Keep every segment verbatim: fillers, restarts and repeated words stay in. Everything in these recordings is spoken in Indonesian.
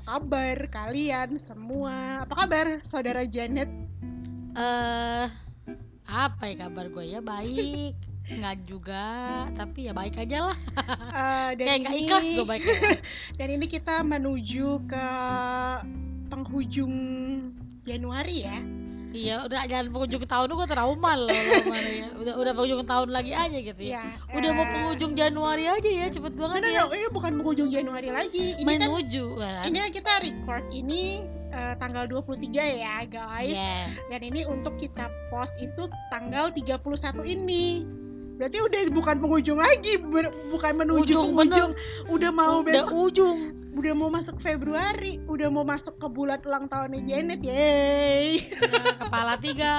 kabar kalian semua? Apa kabar saudara Janet? Eh, apa ya kabar gue ya? Baik, nggak juga, tapi ya baik aja lah. Eh, dan Kayak nggak ini ikhlas gue baiknya ya. dan ini kita menuju ke penghujung Januari ya. Iya, udah jangan penghujung tahun gue trauma loh, lama ya. Udah udah penghujung tahun lagi aja gitu ya. Ya, Udah mau eh, penghujung Januari aja ya, cepet No, banget no, ya. no, ini bukan penghujung Januari lagi. Ini kan Menuju kan. ini kita record ini eh, tanggal dua puluh tiga ya, guys. Iya. Dan ini untuk kita post itu tanggal tiga puluh satu ini. Berarti udah bukan penghujung lagi, ber- bukan menuju Ujung, penghujung. Udah mau Udah besok, ujung. udah mau masuk Februari, udah mau masuk ke bulan ulang tahunnya Janet, yeay. Ya, kepala tiga.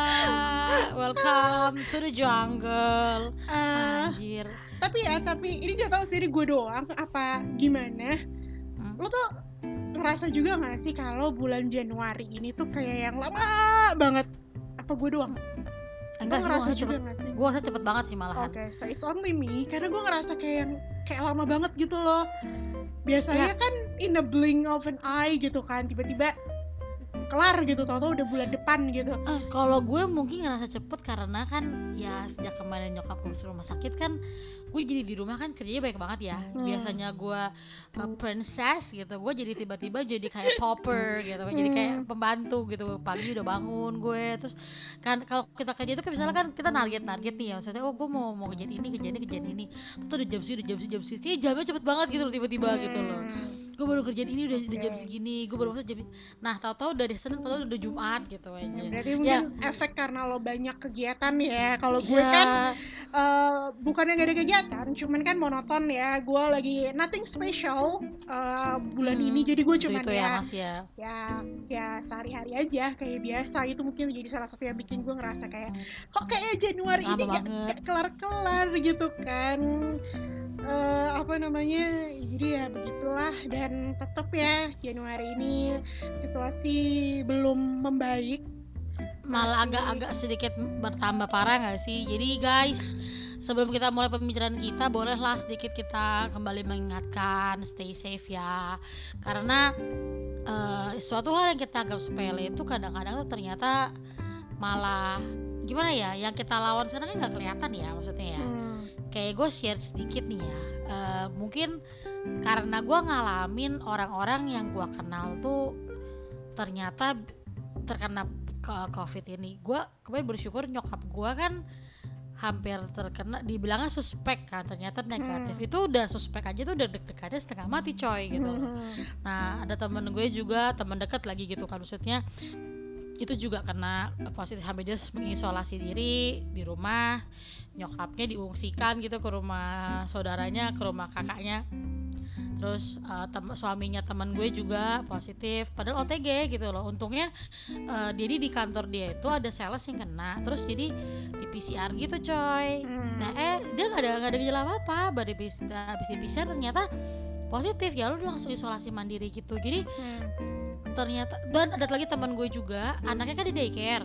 Welcome to the jungle. Eh, Anjir. tapi ya, tapi ini gak tahu sih ini gue doang apa gimana. Hmm. Lo tuh ngerasa juga gak sih kalau bulan Januari ini tuh kayak yang lama banget? Apa gue doang? Enggak Lo sih, gue ngerasa ngerasa juga cepet. gak sih? Gue ngerasa cepet banget sih malahan. Oke, so it's only me karena gue ngerasa kayak yang kayak lama banget gitu loh. Biasanya Ya. kan in a blink of an eye gitu kan, tiba-tiba kelar gitu, tau-tau udah bulan depan gitu. Eh, kalau gue mungkin ngerasa cepet karena kan ya sejak kemarin nyokap gue masuk rumah sakit kan gue jadi di rumah kan kerjanya banyak banget ya. Hmm. Biasanya gue uh, princess gitu, gue jadi tiba-tiba jadi kayak popper gitu, jadi kayak Hmm. pembantu gitu. Pagi udah bangun gue, terus kan kalau kita kerja itu kan misalnya kan kita target-target nih ya, maksudnya oh gue mau mau kerjaan ini, kerjaan ini, kerjaan ini, terus udah jam segini, udah jam segini, jam segini, kayak jamnya cepet banget gitu loh tiba-tiba gitu loh. Hmm. Gue baru kerjaan ini udah, udah jam Oke. segini, gue baru masuk jam ini. Nah tahu-tahu dari Senin, tahu-tahu udah Jumat gitu aja. Ya, berarti Ya. mungkin efek karena lo banyak kegiatan ya. Kalau gue Ya. kan eh, bukannya gak ada kegiatan, cuman kan monoton ya. Gue lagi nothing special eh, bulan Hmm, ini, jadi gue itu, cuman itu ya ya mas ya. ya ya sehari-hari aja kayak biasa. Itu mungkin jadi salah satu yang bikin gue ngerasa kayak kok kayak Januari Lama ini gak, banget. gak kelar-kelar gitu kan. Eh, apa namanya, jadi ya begitulah. Dan tetap ya Januari ini situasi belum membaik, Malah masih- agak-agak sedikit bertambah parah nggak sih? Jadi guys, sebelum kita mulai pembicaraan kita, bolehlah sedikit kita kembali mengingatkan stay safe ya. Karena eh, suatu hal yang kita anggap sepele itu kadang-kadang tuh ternyata malah gimana ya? Yang kita lawan sekarang kan nggak kelihatan ya maksudnya ya. Hmm. Kayak gue share sedikit nih ya. Eh, mungkin karena gue ngalamin orang-orang yang gue kenal tuh ternyata terkena ke COVID ini. Gue kemarin bersyukur nyokap gue kan hampir terkena, dibilangnya suspek kan, ternyata negatif. Hmm. Itu udah suspek aja tuh udah deg-degannya setengah mati coy gitu. Hmm. Nah ada temen gue juga, temen deket lagi gitu kan, maksudnya itu juga kena positif sampai dia harus mengisolasi diri di rumah. Nyokapnya diungsikan gitu ke rumah saudaranya, ke rumah kakaknya. Terus uh, tem- suaminya teman gue juga positif, padahal O T G gitu loh. Untungnya uh, jadi di kantor dia itu ada sales yang kena, terus jadi di P C R gitu coy. Hmm. Nah eh dia nggak ada nggak ada gejala apa, baru habis habis di P C R ternyata positif, ya lu langsung isolasi mandiri gitu. Jadi Hmm. ternyata, dan ada lagi teman gue juga, anaknya kan di daycare.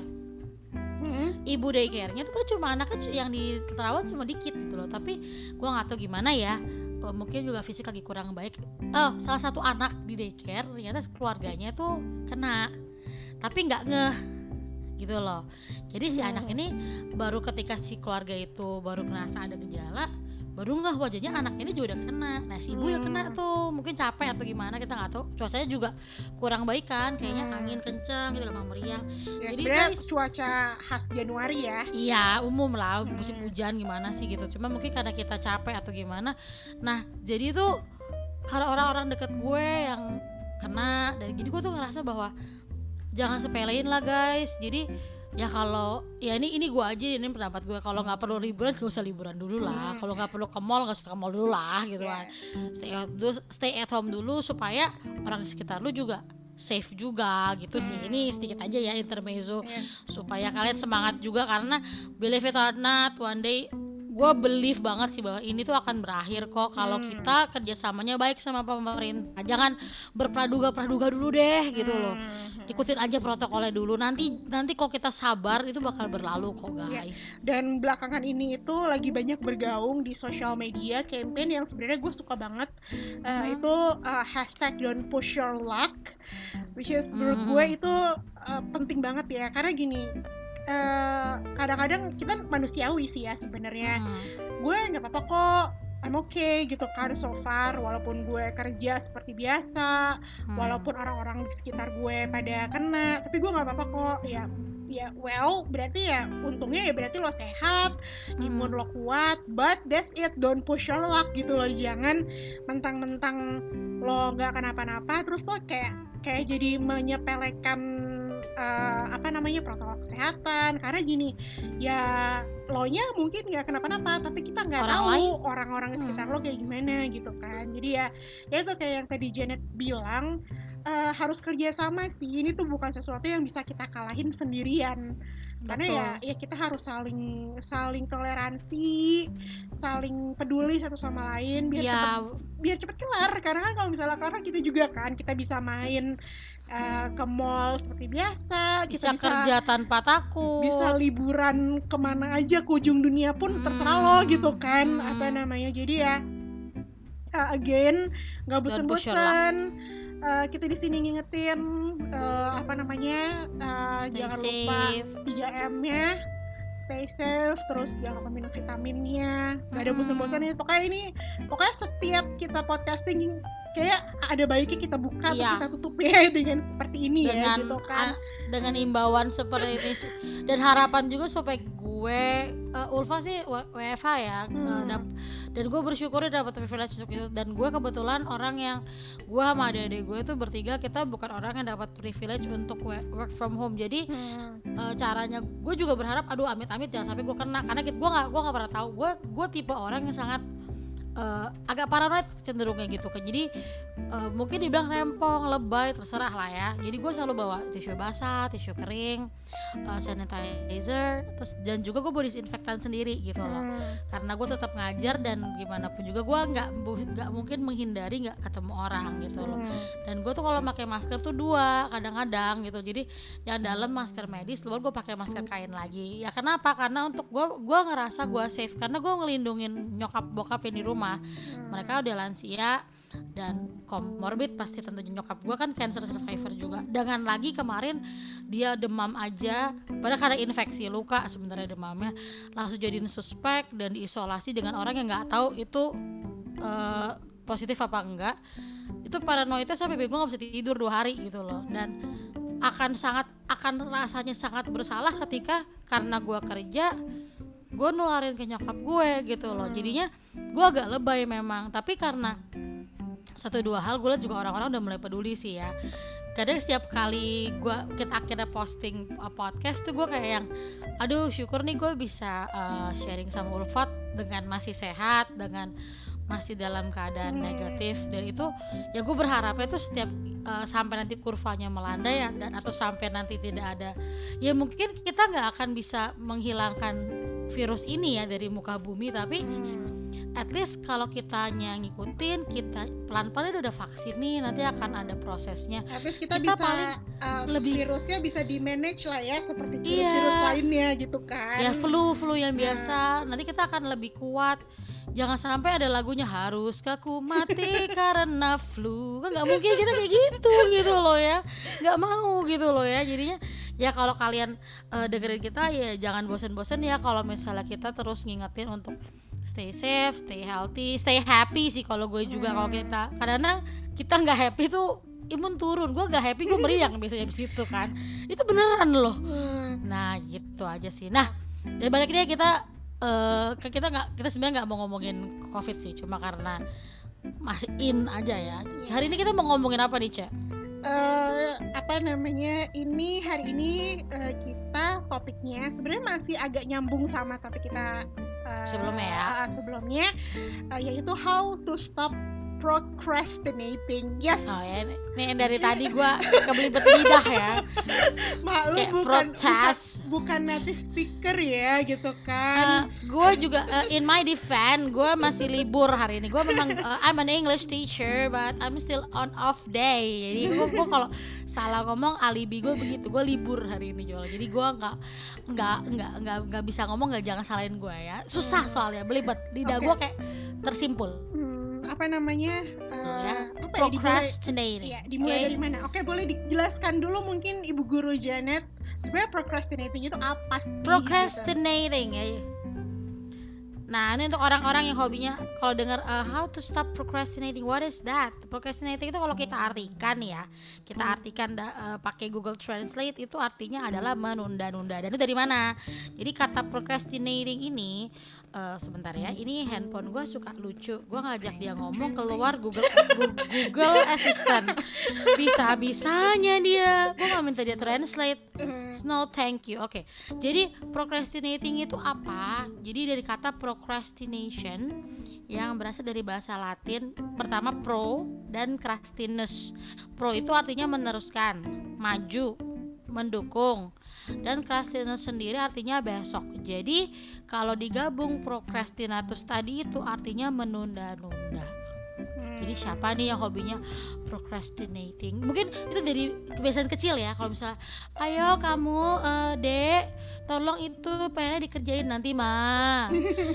Hmm. Ibu daycare-nya tuh kan cuma anaknya cu- yang diterawat cuma dikit gitu loh. Tapi gue nggak tahu gimana ya, eh, mungkin juga fisik lagi kurang baik. Oh, salah satu anak di daycare ternyata keluarganya tuh kena, tapi nggak ngeh gitu loh. Jadi si Hmm. anak ini baru ketika si keluarga itu baru ngerasa ada gejala, baru ngeh wajahnya anak ini juga udah kena. Nah si ibu udah kena Hmm. tuh, mungkin capek atau gimana kita nggak tahu. Cuacanya juga kurang baik kan, kayaknya Hmm. angin kencang gitu, gampang meriang. Ya, Jadi sebenarnya guys, cuaca khas Januari ya. iya umum lah Hmm. musim hujan gimana sih gitu. Cuma mungkin karena kita capek atau gimana. Nah jadi tuh kalau orang-orang deket gue yang kena, dan jadi gue tuh ngerasa bahwa jangan sepelein lah guys. Jadi ya kalau ya ini ini gue aja, ini pendapat gue, kalau nggak perlu liburan gak usah liburan dulu lah. Hmm. Kalau nggak perlu ke mall gak usah ke mall dulu lah gitu Ya. kan. Stay at, dulu, stay at home dulu supaya orang di sekitar lu juga safe juga gitu sih. Hmm. Ini sedikit aja ya intermezzo Ya. supaya kalian semangat juga, karena believe it or not, one day gue believe banget sih bahwa ini tuh akan berakhir kok kalau Hmm. kita kerjasamanya baik sama pemerintah. Jangan berpraduga-praduga dulu deh gitu loh. Hmm. Ikutin aja protokolnya dulu. Nanti nanti kalau kita sabar itu bakal berlalu kok Iya. guys. Dan belakangan ini itu lagi banyak bergaung di sosial media campaign yang sebenarnya gue suka banget. Uh, Hmm. Itu uh, hashtag don't push your luck, which is menurut Hmm. gue itu uh, penting banget ya, karena gini, uh, kadang-kadang kita manusiawi sih ya sebenarnya. Hmm. Gue nggak apa-apa kok, I'm okay gitu kan so far, walaupun gue kerja seperti biasa, Hmm. walaupun orang-orang di sekitar gue pada kena, tapi gue nggak apa-apa kok. Ya ya well, berarti ya untungnya ya berarti lo sehat, imun Hmm. lo kuat, but that's it, don't push your luck gitu loh. Jangan mentang-mentang lo nggak kenapa-napa terus lo kayak kayak jadi menyepelekan uh, apa namanya protokol kesehatan, karena gini ya, lo nya mungkin nggak kenapa-napa tapi kita nggak Orang tahu lain. orang-orang di sekitar Hmm. lo kayak gimana gitu kan. Jadi ya ya itu kayak yang tadi Janet bilang, uh, harus kerjasama sih. Ini tuh bukan sesuatu yang bisa kita kalahin sendirian, karena ya Betul. ya kita harus saling saling toleransi, saling peduli satu sama lain biar cepet Ya biar cepet kelar. Karena kan kalau misalnya kelar kan kita juga kan kita bisa main uh, ke mall seperti biasa, bisa kita bisa kerja tanpa bisa takut. liburan kemana aja ke ujung dunia pun terserah lo Hmm. gitu kan. Apa Hmm. namanya, jadi ya uh, again nggak Don't push your luck. bosen-bosen, uh, kita di sini ngingetin uh, apa namanya, uh, Stay jangan lupa safe. tiga M-nya, stay safe, terus jangan lupa minum vitaminnya, nggak ada Hmm. bosan-bosannya. Pokoknya ini pokoknya setiap kita podcasting kayak ada baiknya kita buka atau Iya. kita tutup ya dengan seperti ini ya Dengan gitu kan. a- dengan imbauan seperti ini su- dan harapan juga supaya gue uh, Ulfa sih W- WFH ya, uh, Hmm. dap- dan gue bersyukur dapat privilege untuk itu. Dan gue kebetulan orang yang gue sama adik-adik gue itu bertiga kita bukan orang yang dapat privilege untuk we- work from home. Jadi Hmm. uh, caranya gue juga berharap aduh amit-amit jangan sampai gue kena, karena gue nggak gue nggak pernah tahu. Gue gue tipe orang yang sangat uh, agak paranoid cenderungnya gitu kan. Jadi uh, mungkin dibilang rempong, lebay, terserah lah ya. Jadi gue selalu bawa tisu basah, tisu kering, uh, sanitizer, terus dan juga gue bawa disinfektan sendiri gitu loh. Hmm. Karena gue tetap ngajar dan gimana pun juga gue nggak bu- nggak mungkin menghindari nggak ketemu orang gitu loh. Hmm. Dan gue tuh kalau pakai masker tuh dua kadang-kadang gitu. Jadi yang dalam masker medis, luar gue pakai masker kain lagi. Ya kenapa? Karena untuk gue gue ngerasa gue safe karena gue ngelindungin nyokap bokap yang di rumah. Mereka udah lansia dan komorbid pasti tentunya. Nyokap gue kan cancer survivor juga. Dengan lagi kemarin dia demam aja, padahal karena infeksi luka sebenarnya demamnya, langsung jadiin suspek dan diisolasi dengan orang yang nggak tahu itu uh, positif apa enggak. Itu paranoidnya sampai gue nggak bisa tidur dua hari gitu loh. Dan akan sangat akan rasanya sangat bersalah ketika karena gue kerja gue nularin ke nyokap gue gitu loh. Jadinya gue agak lebay memang, tapi karena satu dua hal gue liat juga orang-orang udah mulai peduli sih ya. Kadang setiap kali gue kita akhirnya posting uh, podcast tuh gue kayak yang aduh syukur nih gue bisa uh, sharing sama Ulfat dengan masih sehat, dengan masih dalam keadaan Hmm. negatif. Dan itu ya gue berharapnya tuh setiap uh, sampai nanti kurvanya melandai ya, dan atau sampai nanti tidak ada, ya mungkin kita nggak akan bisa menghilangkan virus ini ya dari muka bumi, tapi Hmm. at least kalau kitanya ngikutin, kita pelan-pelan udah ada vaksin nih, nanti akan ada prosesnya. At least kita, Kita bisa paling uh, lebih- virusnya bisa di manage lah ya, seperti Iya. virus-virus lainnya gitu kan. Ya flu flu yang biasa, nanti kita akan lebih kuat. Jangan sampai ada lagunya haruskah ku mati karena flu, kan nggak mungkin kita kayak gitu gitu loh ya, nggak mau gitu loh ya. Jadinya ya kalau kalian uh, dengerin kita ya jangan bosen-bosen ya kalau misalnya kita terus ngingetin untuk stay safe, stay healthy, stay happy sih kalau gue juga. Hmm. Kalau kita kadang kita nggak happy tuh imun turun, gue nggak happy gue meriang biasanya abis itu kan, itu beneran loh. Hmm. Nah gitu aja sih. Nah dari baliknya kita uh, ke kita nggak kita sebenarnya nggak mau ngomongin covid sih, cuma karena masih in aja ya. Hari ini kita mau ngomongin apa nih, Cek? Eh, apa namanya, ini hari ini eh, kita topiknya sebenarnya masih agak nyambung sama topik kita eh, Sebelumnya ya. eh, sebelumnya eh, yaitu how to stop procrastinating. Yes. Oh ya, ini yang dari tadi gue kebelibet lidah ya. Mak, lu Kayak bukan, bukan protes. bukan native speaker ya gitu Uh, kan. gue juga uh, in my defense gue masih libur hari ini. Gue memang uh, I'm an English teacher but I'm still on off day. Jadi gue gue kalau salah ngomong alibi gue begitu. Gue libur hari ini Jol. Jadi gue nggak nggak nggak nggak nggak bisa ngomong, nggak, jangan salahin gue ya. Susah soalnya belibet lidah Oke. gue kayak tersimpul. Hmm, apa namanya? Tuh Uh, ya, apa ya, dimulai, procrastinating. ya, dimulai Oke? dari mana? Oke, boleh dijelaskan dulu mungkin Ibu Guru Janet. Sebenarnya procrastinating itu apa sih? gitu? Procrastinating ya. Nah, ini untuk orang-orang yang hobinya kalau dengar uh, how to stop procrastinating, what is that? Procrastinating itu kalau kita artikan ya, kita artikan da, uh, pakai Google Translate itu artinya adalah menunda-nunda. Dan itu dari mana? Jadi kata procrastinating ini uh, sebentar ya, ini handphone gue suka lucu. Gue ngajak dia ngomong keluar Google Google Assistant. Bisa-bisanya dia. Gue nggak minta dia translate. Hmm, No thank you. Oke. Jadi procrastinating itu apa? Jadi dari kata procrastination yang berasal dari bahasa Latin, pertama pro dan crastinus. Pro itu artinya meneruskan, maju, mendukung. Dan crastinus sendiri artinya besok. Jadi kalau digabung procrastinatus tadi itu artinya menunda-nunda. Jadi siapa nih yang hobinya procrastinating? Mungkin itu dari kebiasaan kecil ya. Kalau misalnya, ayo kamu uh, dek, tolong itu P R-nya dikerjain nanti mah.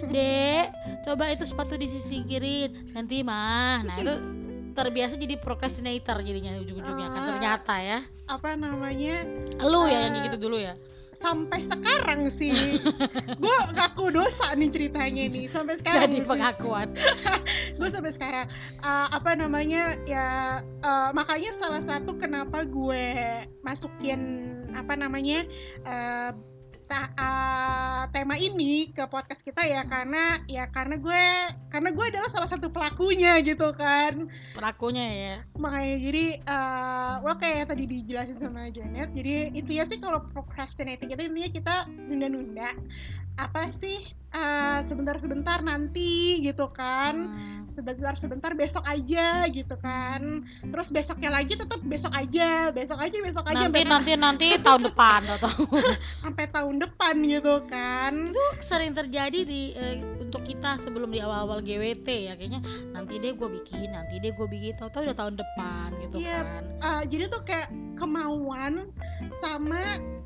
Dek, coba itu sepatu disisikirin nanti mah. Nah itu terbiasa jadi procrastinator jadinya ujung-ujungnya kan Ah. ternyata ya. apa namanya? Lu ya Eh, yang kayak gitu dulu ya. Sampai sekarang sih, gue ngaku dosa nih ceritanya nih. Sampai sekarang Jadi sih. pengakuan. Gue sampai sekarang uh, apa namanya ya uh, makanya salah satu kenapa gue masukin apa namanya uh, ta- uh, tema ini ke podcast kita ya karena ya karena gue karena gue adalah salah satu pelakunya gitu kan. Pelakunya ya. Makanya jadi uh, well kayak tadi dijelasin sama Janet, jadi intinya sih kalau procrastinating itu intinya kita nunda-nunda apa sih uh, sebentar-sebentar nanti gitu kan, Hmm. sebentar-sebentar besok aja gitu kan, terus besoknya lagi tetap besok aja, besok aja, besok aja, Nanti besok- nanti nanti tahun depan atau sampai tahun depan gitu kan. itu sering terjadi di eh, untuk kita sebelum di awal-awal G W T ya, kayaknya nanti deh gue bikin, nanti deh gue bikin, tahu-tahu udah tahun depan gitu Iya. kan. Uh, jadi tuh kayak kemauan sama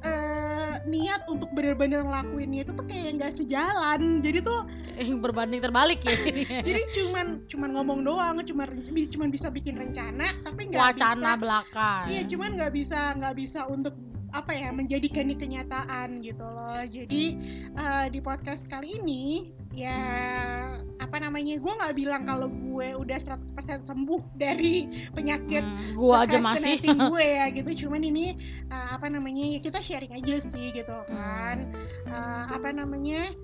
uh, niat untuk bener-bener ngelakuinnya itu tuh kayak nggak sejalan. Jadi tuh Eh, berbanding terbalik ya. jadi cuman cuman ngomong doang, cuman renc- cuman bisa bikin rencana tapi nggak Wacana bisa. belaka. Iya, cuman nggak bisa nggak bisa untuk apa ya menjadikan ini kenyataan gitu loh. Jadi uh, di podcast kali ini ya apa namanya, gue nggak bilang kalau gue udah seratus persen sembuh dari penyakit Hmm, gua aja masih. procrastinating gue ya gitu. Cuman ini uh, apa namanya ya kita sharing aja sih gitu kan. Uh, apa namanya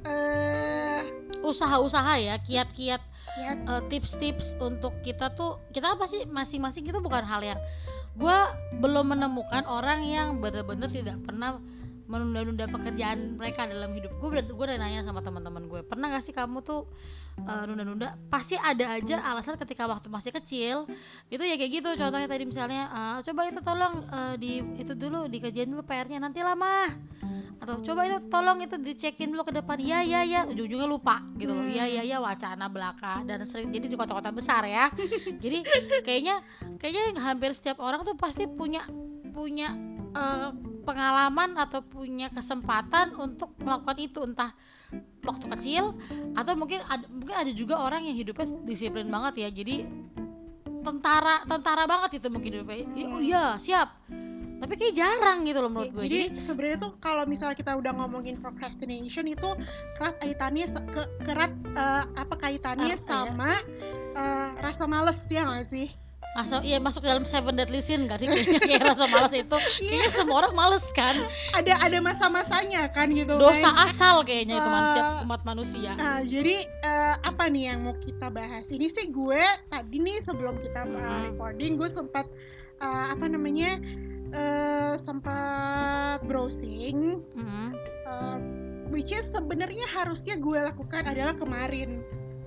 eh Usaha-usaha ya, kiat-kiat yes. eh, tips-tips untuk kita tuh, kita apa sih masing-masing itu bukan hal yang gua belum menemukan orang yang benar-benar tidak pernah menunda-nunda pekerjaan mereka dalam hidup. Gue udah gue udah nanya sama teman-teman gue, pernah gak sih kamu tuh uh, nunda-nunda? Pasti ada aja alasan ketika waktu masih kecil. Itu ya kayak gitu. Contohnya tadi misalnya, uh, coba itu tolong uh, di itu dulu dikerjain dulu P R-nya, nanti lama. Atau coba itu tolong itu dicekin dulu ke depan. Iya iya iya, ujung-ujungnya lupa gitu loh. Iya iya iya, wacana belaka dan sering jadi di kota-kota besar ya. Jadi kayaknya kayaknya hampir setiap orang tuh pasti punya punya uh, pengalaman atau punya kesempatan untuk melakukan itu, entah waktu kecil atau mungkin ada, mungkin ada juga orang yang hidupnya disiplin banget ya, jadi tentara tentara banget itu mungkin hidupnya. Jadi, oh iya siap, tapi kayak jarang gitu loh menurut gue. Jadi, Jadi sebenarnya tuh kalau misalnya kita udah ngomongin procrastination itu erat kaitannya se- ke kerat uh, apa kaitannya Erat, ya. sama uh, rasa males ya nggak sih? masuk ya masuk dalam seven deadly sin gak sih kayaknya, kayak rasa malas itu kayaknya Iya, semua orang males kan, ada ada masa-masanya kan gitu. dosa kan. asal kayaknya itu Eh, manusia, umat manusia. Nah, jadi eh, apa nih yang mau kita bahas? Ini sih gue tadi nih sebelum kita uh, Hmm. recording gue sempat eh, apa namanya eh, sempat browsing, Mm. eh, which is sebenarnya harusnya gue lakukan adalah kemarin.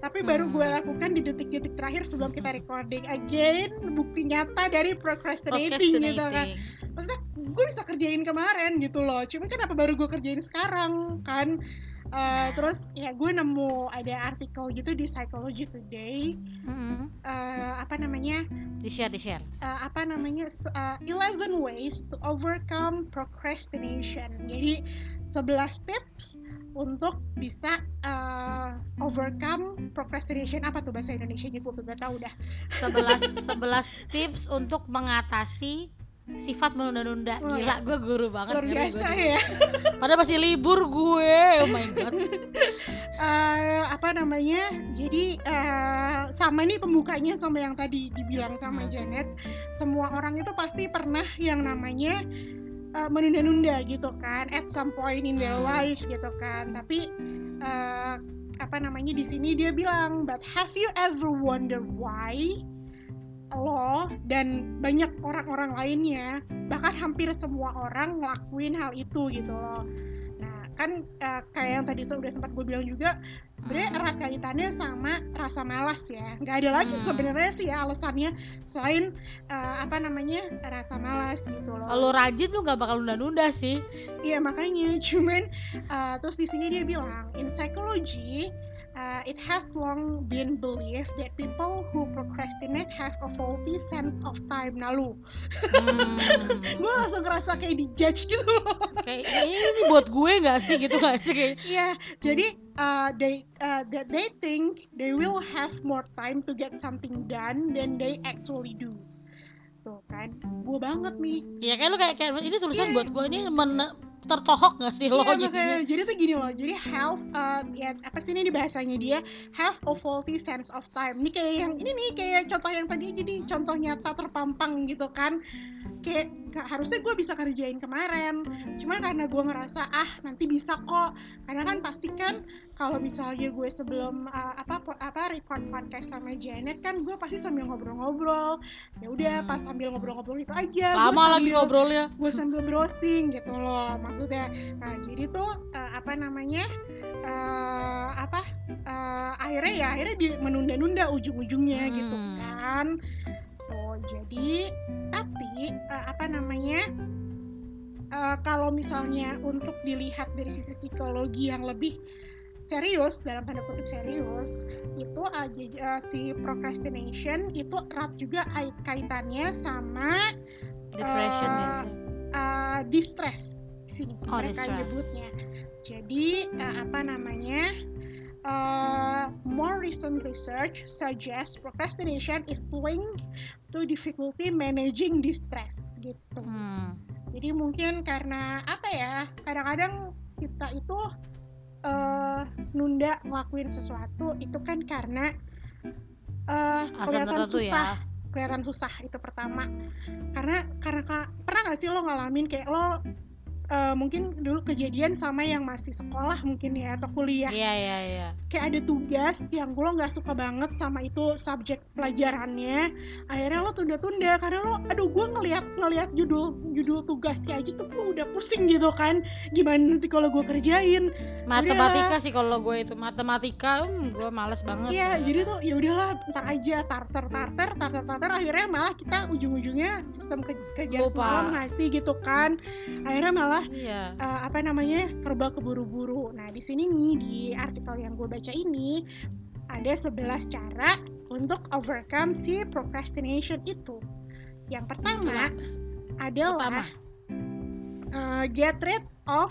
tapi baru gue Hmm. lakukan di detik-detik terakhir sebelum kita recording. Again, bukti nyata dari procrastinating gitu kan. Procrastinating. Maksudnya gue bisa kerjain kemarin gitu loh, cuman kenapa baru gue kerjain sekarang kan. Uh, Nah. Terus ya gue nemu ada artikel gitu di Psychology Today, Mm-mm. uh, apa namanya Di share, di share. uh, apa namanya uh, eleven ways to overcome procrastination. Jadi sebelas tips untuk bisa uh, overcome procrastination. Apa tuh bahasa Indonesianya, gue gak tahu dah. sebelas sebelas tips untuk mengatasi sifat menunda-nunda. Oh, Gila, gue guru banget. Luar ngeri biasa gua sih. ya. Padahal masih libur gue. Oh my god. Uh, apa namanya jadi uh, sama nih pembukanya sama yang tadi dibilang sama Hmm. Janet. Semua orang itu pasti pernah yang namanya uh, menunda-nunda gitu kan, at some point in their Hmm. life gitu kan. Tapi uh, apa namanya di sini dia bilang, but have you ever wonder why lo dan banyak orang-orang lainnya, bahkan hampir semua orang ngelakuin hal itu gitu loh. Nah kan uh, kayak yang tadi sudah sempat gue bilang juga, sebenarnya erat kaitannya sama rasa malas ya. Nggak ada lagi Hmm. sebenarnya sih ya alasannya selain uh, apa namanya rasa malas gitu loh. Kalau rajin lu gak bakal nunda-nunda sih. Iya makanya, cuman uh, terus di sini dia bilang, in psychology, uh, it has long been believed that people who procrastinate have a faulty sense of time. Nah lu, Hmm. gue langsung ngerasa kayak dijudge gitu loh. Kayak ini, ini buat gue gak sih gitu gak sih kayak. Iya, jadi uh, they uh, that they think they will have more time to get something done than they actually do. Tuh kan, gue banget nih. Ya kayak lu kayak, kayak ini tulisan Iya. buat gue ini men- tertohok gak sih lo Iya jadinya? makanya, jadi tuh gini loh, jadi have uh, ya apa sih ini di bahasanya dia, have a faulty sense of time. Ini kayak yang ini nih kayak contoh yang tadi, jadi contoh nyata terpampang gitu kan. Kayak gak, harusnya gue bisa kerjain kemarin, cuma karena gue ngerasa ah nanti bisa kok, karena kan pasti kan kalau misalnya gue sebelum uh, apa apa record podcast sama Janet kan gue pasti sambil ngobrol-ngobrol. Ya udah pas sambil ngobrol-ngobrol itu aja. Lama lagi ngobrolnya. Gue sambil browsing gitu loh maksudnya. Nah jadi tuh uh, apa namanya uh, apa uh, akhirnya ya akhirnya di menunda-nunda ujung-ujungnya Hmm. gitu kan. Tuh jadi tapi uh, apa namanya uh, kalau misalnya untuk dilihat dari sisi psikologi yang lebih serius, dalam tanda kutip serius, itu aja uh, si procrastination itu erat juga kaitannya sama Depression uh, ya sih. uh, distress di sini Oh, mereka distress. nyebutnya. Jadi uh, apa namanya? Uh, more recent research suggests procrastination is linked to difficulty managing distress gitu. Hmm. Jadi mungkin karena apa ya? Kadang-kadang kita itu uh, nunda ngelakuin sesuatu itu kan karena uh, Alasan kelihatan tertentu susah. ya. Kelihatan susah itu pertama. Karena karena pernah nggak sih lo ngalamin kayak lo uh, mungkin dulu kejadian sama yang masih sekolah mungkin ya atau kuliah. Iya iya iya. Kayak ada tugas yang lo nggak suka banget sama itu subjek pelajarannya, akhirnya lo tunda-tunda karena lo, aduh gue ngelihat ngelihat judul judul tugasnya aja tuh gue udah pusing gitu kan, gimana nanti kalau gue kerjain. Matematika sih kalau gue itu matematika, hmm, gue males banget. Iya, jadi tuh ya udahlah ntar aja tarter tarter tarter tarter akhirnya malah kita ujung-ujungnya sistem ke- kejar Lupa. semalam ngasih gitu kan, akhirnya malah Iya. uh, apa namanya serba keburu-buru. Nah di sini nih di artikel yang gue baca ini ada sebelas cara untuk overcome si procrastination itu. Yang pertama adalah uh, get rid of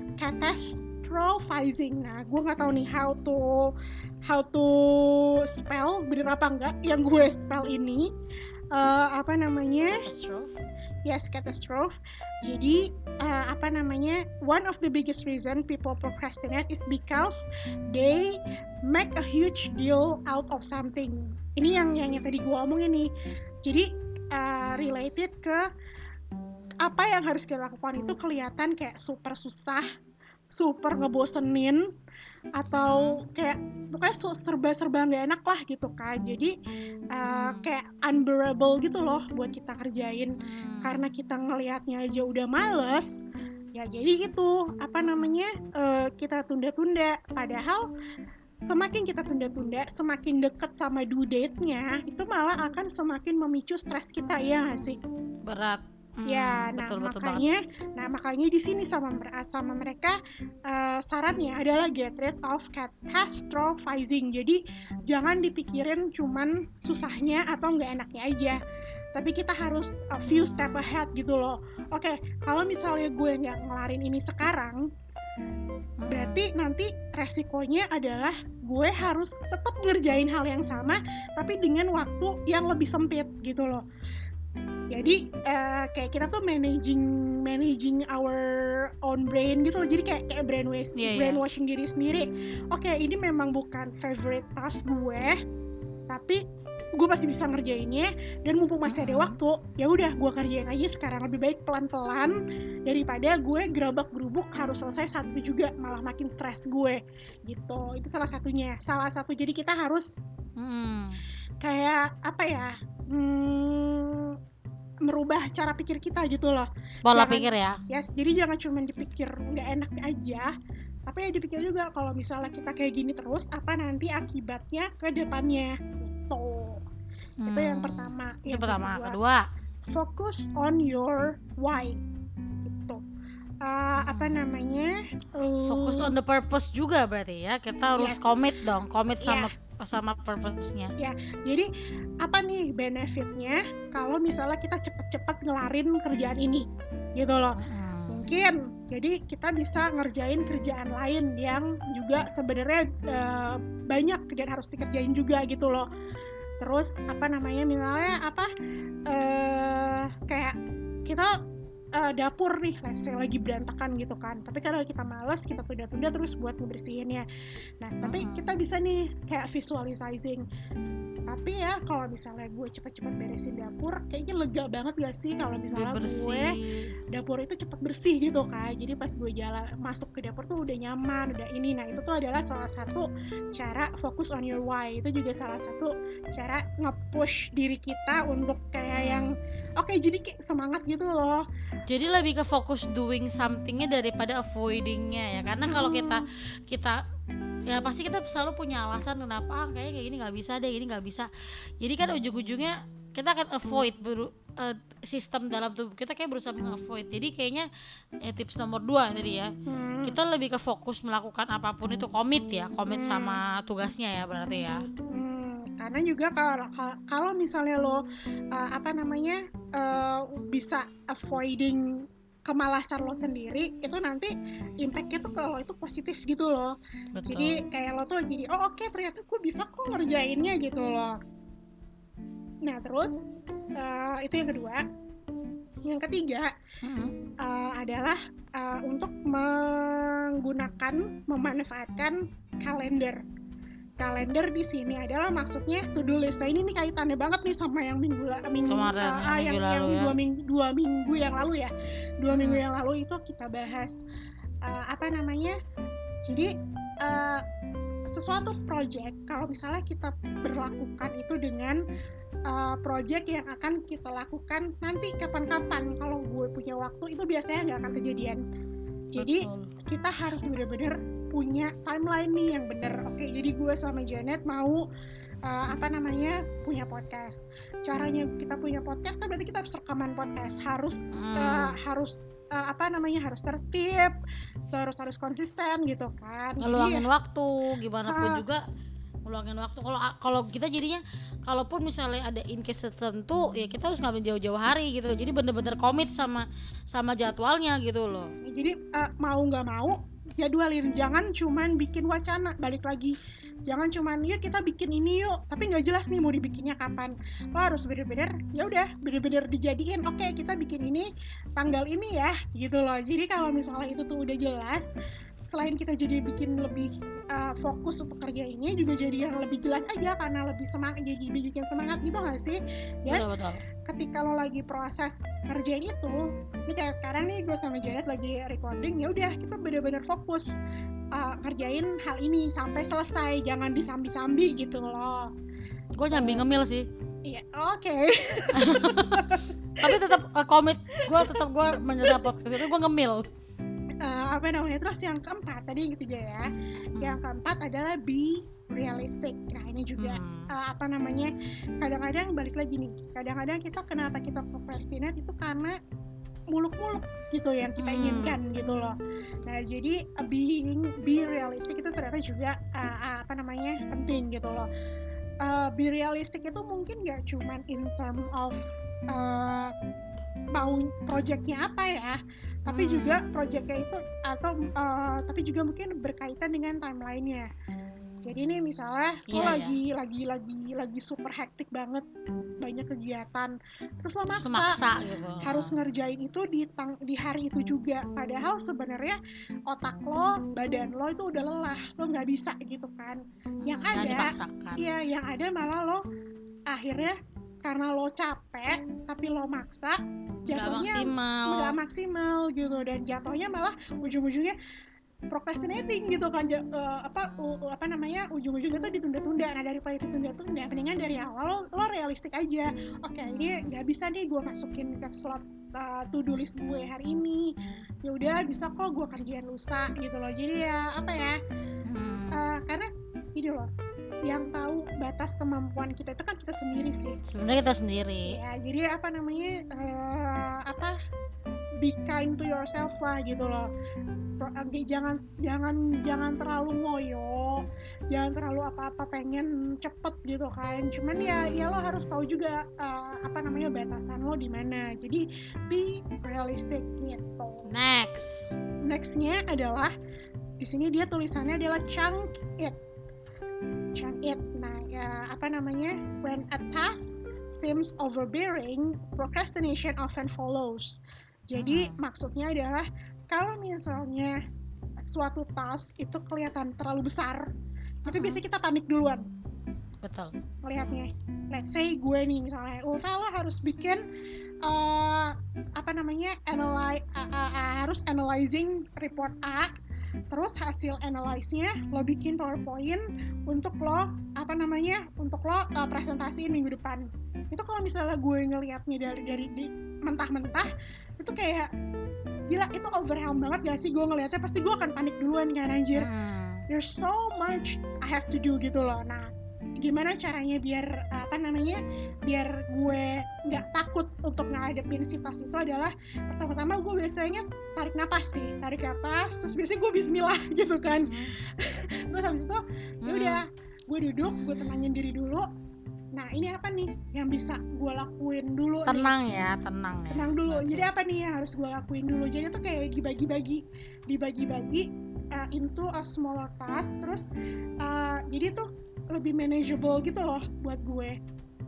catastrophizing. Nah gue nggak tahu nih how to how to spell bener apa enggak yang gue spell ini. Uh, apa namanya? Catastrophe. Yes, catastrophe. Jadi uh, apa namanya? One of the biggest reason people procrastinate is because they make a huge deal out of something. Ini yang yang, yang tadi gue omongin nih. Jadi uh, related ke apa yang harus kita lakukan itu kelihatan kayak super susah, super ngebosenin, atau kayak pokoknya serba-serba nggak enak lah gitu kan. Jadi uh, kayak unbearable gitu loh buat kita kerjain. Karena kita ngelihatnya aja udah males, ya jadi gitu apa namanya uh, kita tunda-tunda. Padahal semakin kita tunda-tunda, semakin deket sama due date-nya, itu malah akan semakin memicu stres kita, ya nggak sih? Berat. Hmm, Ya, nah betul betul banget. makanya, nah makanya di sini sama mer- sama mereka eh, sarannya adalah get rid of catastrophizing. Jadi jangan dipikirin cuman susahnya atau nggak enaknya aja, tapi kita harus a few step ahead gitu loh. Oke, kalau misalnya gue nggak ngelarin ini sekarang, Mm-mm. berarti nanti resikonya adalah gue harus tetap ngerjain hal yang sama tapi dengan waktu yang lebih sempit gitu loh. Jadi eh, kayak kita tuh managing managing our own brain gitu loh. Jadi kayak kayak brainwash Iya, iya. brainwashing diri sendiri. Oke, ini memang bukan favorite task gue, tapi gue pasti bisa ngerjainnya, dan mumpung masih ada Mm-mm. waktu, ya udah gue kerjain aja sekarang. Lebih baik pelan-pelan daripada gue gerabak gerubuk harus selesai satu juga, malah makin stres gue gitu. Itu salah satunya. Salah satu, jadi kita harus Mm-mm. kayak apa ya, hmm, merubah cara pikir kita gitu loh. Pola Jangan- pikir ya. Yes, jadi jangan cuma dipikir nggak enak aja, tapi ya dipikir juga kalau misalnya kita kayak gini terus, apa nanti akibatnya ke depannya gitu. Itu yang Hmm. pertama. Itu Yang pertama. kedua, Kedua, focus on your why gitu. Uh, apa namanya? Uh, fokus on the purpose juga berarti ya. Kita harus Yes. commit dong, commit sama Yeah. sama purpose-nya. Jadi apa nih benefitnya kalau misalnya kita cepet-cepet ngelarin kerjaan ini gitu loh. Mm-mm. Mungkin jadi kita bisa ngerjain kerjaan lain yang juga sebenarnya uh, banyak dan harus dikerjain juga gitu loh. Terus apa namanya, misalnya apa uh, kayak kita uh, dapur nih, let's say lagi berantakan gitu kan, tapi kalau kita malas, kita tunda-tunda terus buat ngebersihinnya. Nah tapi Mm-mm. kita bisa nih kayak visualizing. Tapi ya kalau misalnya gue cepet-cepet beresin dapur, kayaknya lega banget gak sih kalau Lebih misalnya gue bersih. dapur itu cepet bersih gitu kan. Jadi pas gue jalan masuk ke dapur tuh udah nyaman, udah ini. Nah itu tuh adalah salah satu cara fokus on your why. Itu juga salah satu cara nge-push diri kita untuk kayak yang oke, jadi kayak semangat gitu loh. Jadi lebih ke fokus doing somethingnya daripada avoidingnya ya. Karena kalau kita kita ya pasti kita selalu punya alasan kenapa ah, kayak kayak gini nggak bisa deh, gini nggak bisa. Jadi kan ujung-ujungnya kita akan avoid beru, uh, sistem dalam tubuh kita kayak berusaha meng-avoid. Jadi kayaknya ya, tips nomor dua tadi ya, Hmm. kita lebih ke fokus melakukan apapun itu, komit ya, komit sama tugasnya ya berarti ya. Hmm, karena juga kalau kalau misalnya lo uh, apa namanya uh, bisa avoiding kemalasan lo sendiri, itu nanti impactnya tuh kalau itu positif gitu loh. Betul. Jadi kayak lo tuh jadi oh oke okay, ternyata gue bisa kok ngerjainnya gitu loh. Nah terus uh, itu yang kedua. Yang ketiga Mm-mm. uh, adalah uh, untuk menggunakan memanfaatkan kalender. Kalender di sini adalah maksudnya to-do list. Nah ini nih kaitannya banget nih sama yang minggu la- minggu Kemarin, uh, yang ah, minggu yang, lalu yang ya. dua minggu dua minggu yang lalu ya. Dua Hmm. minggu yang lalu itu kita bahas uh, apa namanya? Jadi uh, sesuatu project kalau misalnya kita berlakukan itu dengan uh, project yang akan kita lakukan nanti kapan-kapan kalau gue punya waktu, itu biasanya nggak akan kejadian. Jadi Betul. kita harus benar-benar punya timeline nih yang benar. Oke, jadi gue sama Janet mau uh, apa namanya punya podcast. Caranya kita punya podcast kan berarti kita harus rekaman podcast, harus Mm. uh, harus uh, apa namanya harus tertib, terus harus konsisten gitu kan. Jadi ngeluangin ya, waktu gimana pun Ah. juga ngeluangin waktu. Kalau kalau kita jadinya kalaupun misalnya ada in case tertentu ya kita harus ngambil jauh-jauh hari gitu. Jadi bener-bener komit sama sama jadwalnya gitu loh. jadi uh, mau nggak mau jadwalin, jangan cuman bikin wacana. Balik lagi, jangan cuman ya kita bikin ini yuk, tapi nggak jelas nih mau dibikinnya kapan. Lo harus bener-bener ya udah bener-bener dijadiin. Oke, kita bikin ini tanggal ini ya gitu loh. Jadi kalau misalnya itu tuh udah jelas, selain kita jadi bikin lebih uh, fokus untuk kerja ini, juga jadi yang lebih jelas aja karena lebih semangat, jadi bikin semangat gitu nggak sih? Ya, Betul betul. ketika lo lagi proses kerjain itu, ini kayak sekarang nih gue sama Janet lagi recording, ya udah kita bener-bener fokus uh, ngerjain hal ini sampai selesai, jangan disambi-sambi gitu loh. Gue nyambi ngemil sih. Iya, oke. Tapi tetap uh, komit. Gue tetap gue menyelesaikan podcast itu gue ngemil. Uh, apa namanya, terus yang keempat tadi yang ketiga ya, Hmm. yang keempat adalah be realistic. Nah ini juga Hmm. uh, apa namanya, kadang-kadang balik lagi nih, kadang-kadang kita kenapa kita procrastinate itu karena muluk-muluk gitu yang kita Hmm. inginkan gitu loh. Nah jadi uh, being be realistic itu ternyata juga uh, uh, apa namanya penting gitu loh. Uh, be realistic itu mungkin gak cuman in term of uh, mau projectnya apa ya, tapi Hmm. juga projectnya itu atau uh, tapi juga mungkin berkaitan dengan timelinenya. Jadi nih misalnya lo Iya, lagi lagi lagi lagi super hektik banget, banyak kegiatan, terus lo Terus maksa maksa gitu. harus ngerjain itu di tang- di hari itu juga, padahal sebenarnya otak lo, badan lo itu udah lelah, lo nggak bisa gitu kan. Yang Jangan ada, dipaksakan. iya yang ada malah lo akhirnya karena lo capek tapi lo maksa, Nggak jatuhnya maksimal. nggak maksimal gitu, dan jatuhnya malah ujung-ujungnya procrastinating gitu kan, ja- eh, apa u- u- apa namanya ujung-ujungnya tuh ditunda-tunda. Nah daripada ditunda-tunda, mendingan dari awal lo, lo realistik aja. Oke ini nggak bisa nih gue masukin ke slot uh, to do list gue hari ini, ya udah bisa kok gue kerjain lusa gitu loh. Jadi ya apa ya, Hmm. uh, karena ini loh, yang tahu batas kemampuan kita itu kan kita sendiri sih Sebenarnya kita sendiri. ya. Jadi apa namanya, uh, apa be kind to yourself lah gitu loh. Pro- eh, jangan jangan jangan terlalu ngoyo, jangan terlalu apa-apa pengen cepet gitu kan. Cuman ya ya lo harus tahu juga uh, apa namanya batasan lo di mana. Jadi be realistic gitu. Next. Nextnya adalah di sini dia tulisannya adalah chunk it, chunk it. Nah ya apa namanya, when a task seems overbearing, procrastination often follows. Jadi Hmm. maksudnya adalah kalau misalnya suatu task itu kelihatan terlalu besar, itu Mhm. biasanya kita panik duluan Betul. melihatnya. Let's say gue nih misalnya, Ulfa lo harus bikin uh, apa namanya, analy- uh, uh, uh, harus analyzing report A, terus hasil analyze-nya lo bikin PowerPoint untuk lo apa namanya, untuk lo uh, presentasiin minggu depan. Itu kalau misalnya gue ngelihatnya dari dari di, mentah-mentah, itu kayak gila, itu overwhelm banget gak sih? Gue ngelihatnya pasti gue akan panik duluan kan anjir. Hmm. There's so much I have to do gitu loh. Nah gimana caranya biar apa namanya, biar gue nggak takut untuk ngadepin si tas itu adalah, pertama-tama gue biasanya tarik napas sih, tarik napas, terus biasanya gue bismillah gitu kan. Hmm. Terus habis itu ya udah gue duduk, gue tenangin diri dulu. Nah ini apa nih yang bisa gue lakuin dulu nih? Tenang ya, tenang ya. Tenang dulu. Berarti. Jadi apa nih yang harus gue lakuin dulu? Jadi tuh kayak dibagi-bagi, dibagi-bagi uh, into a smaller task. Terus uh, jadi tuh lebih manageable gitu loh buat gue.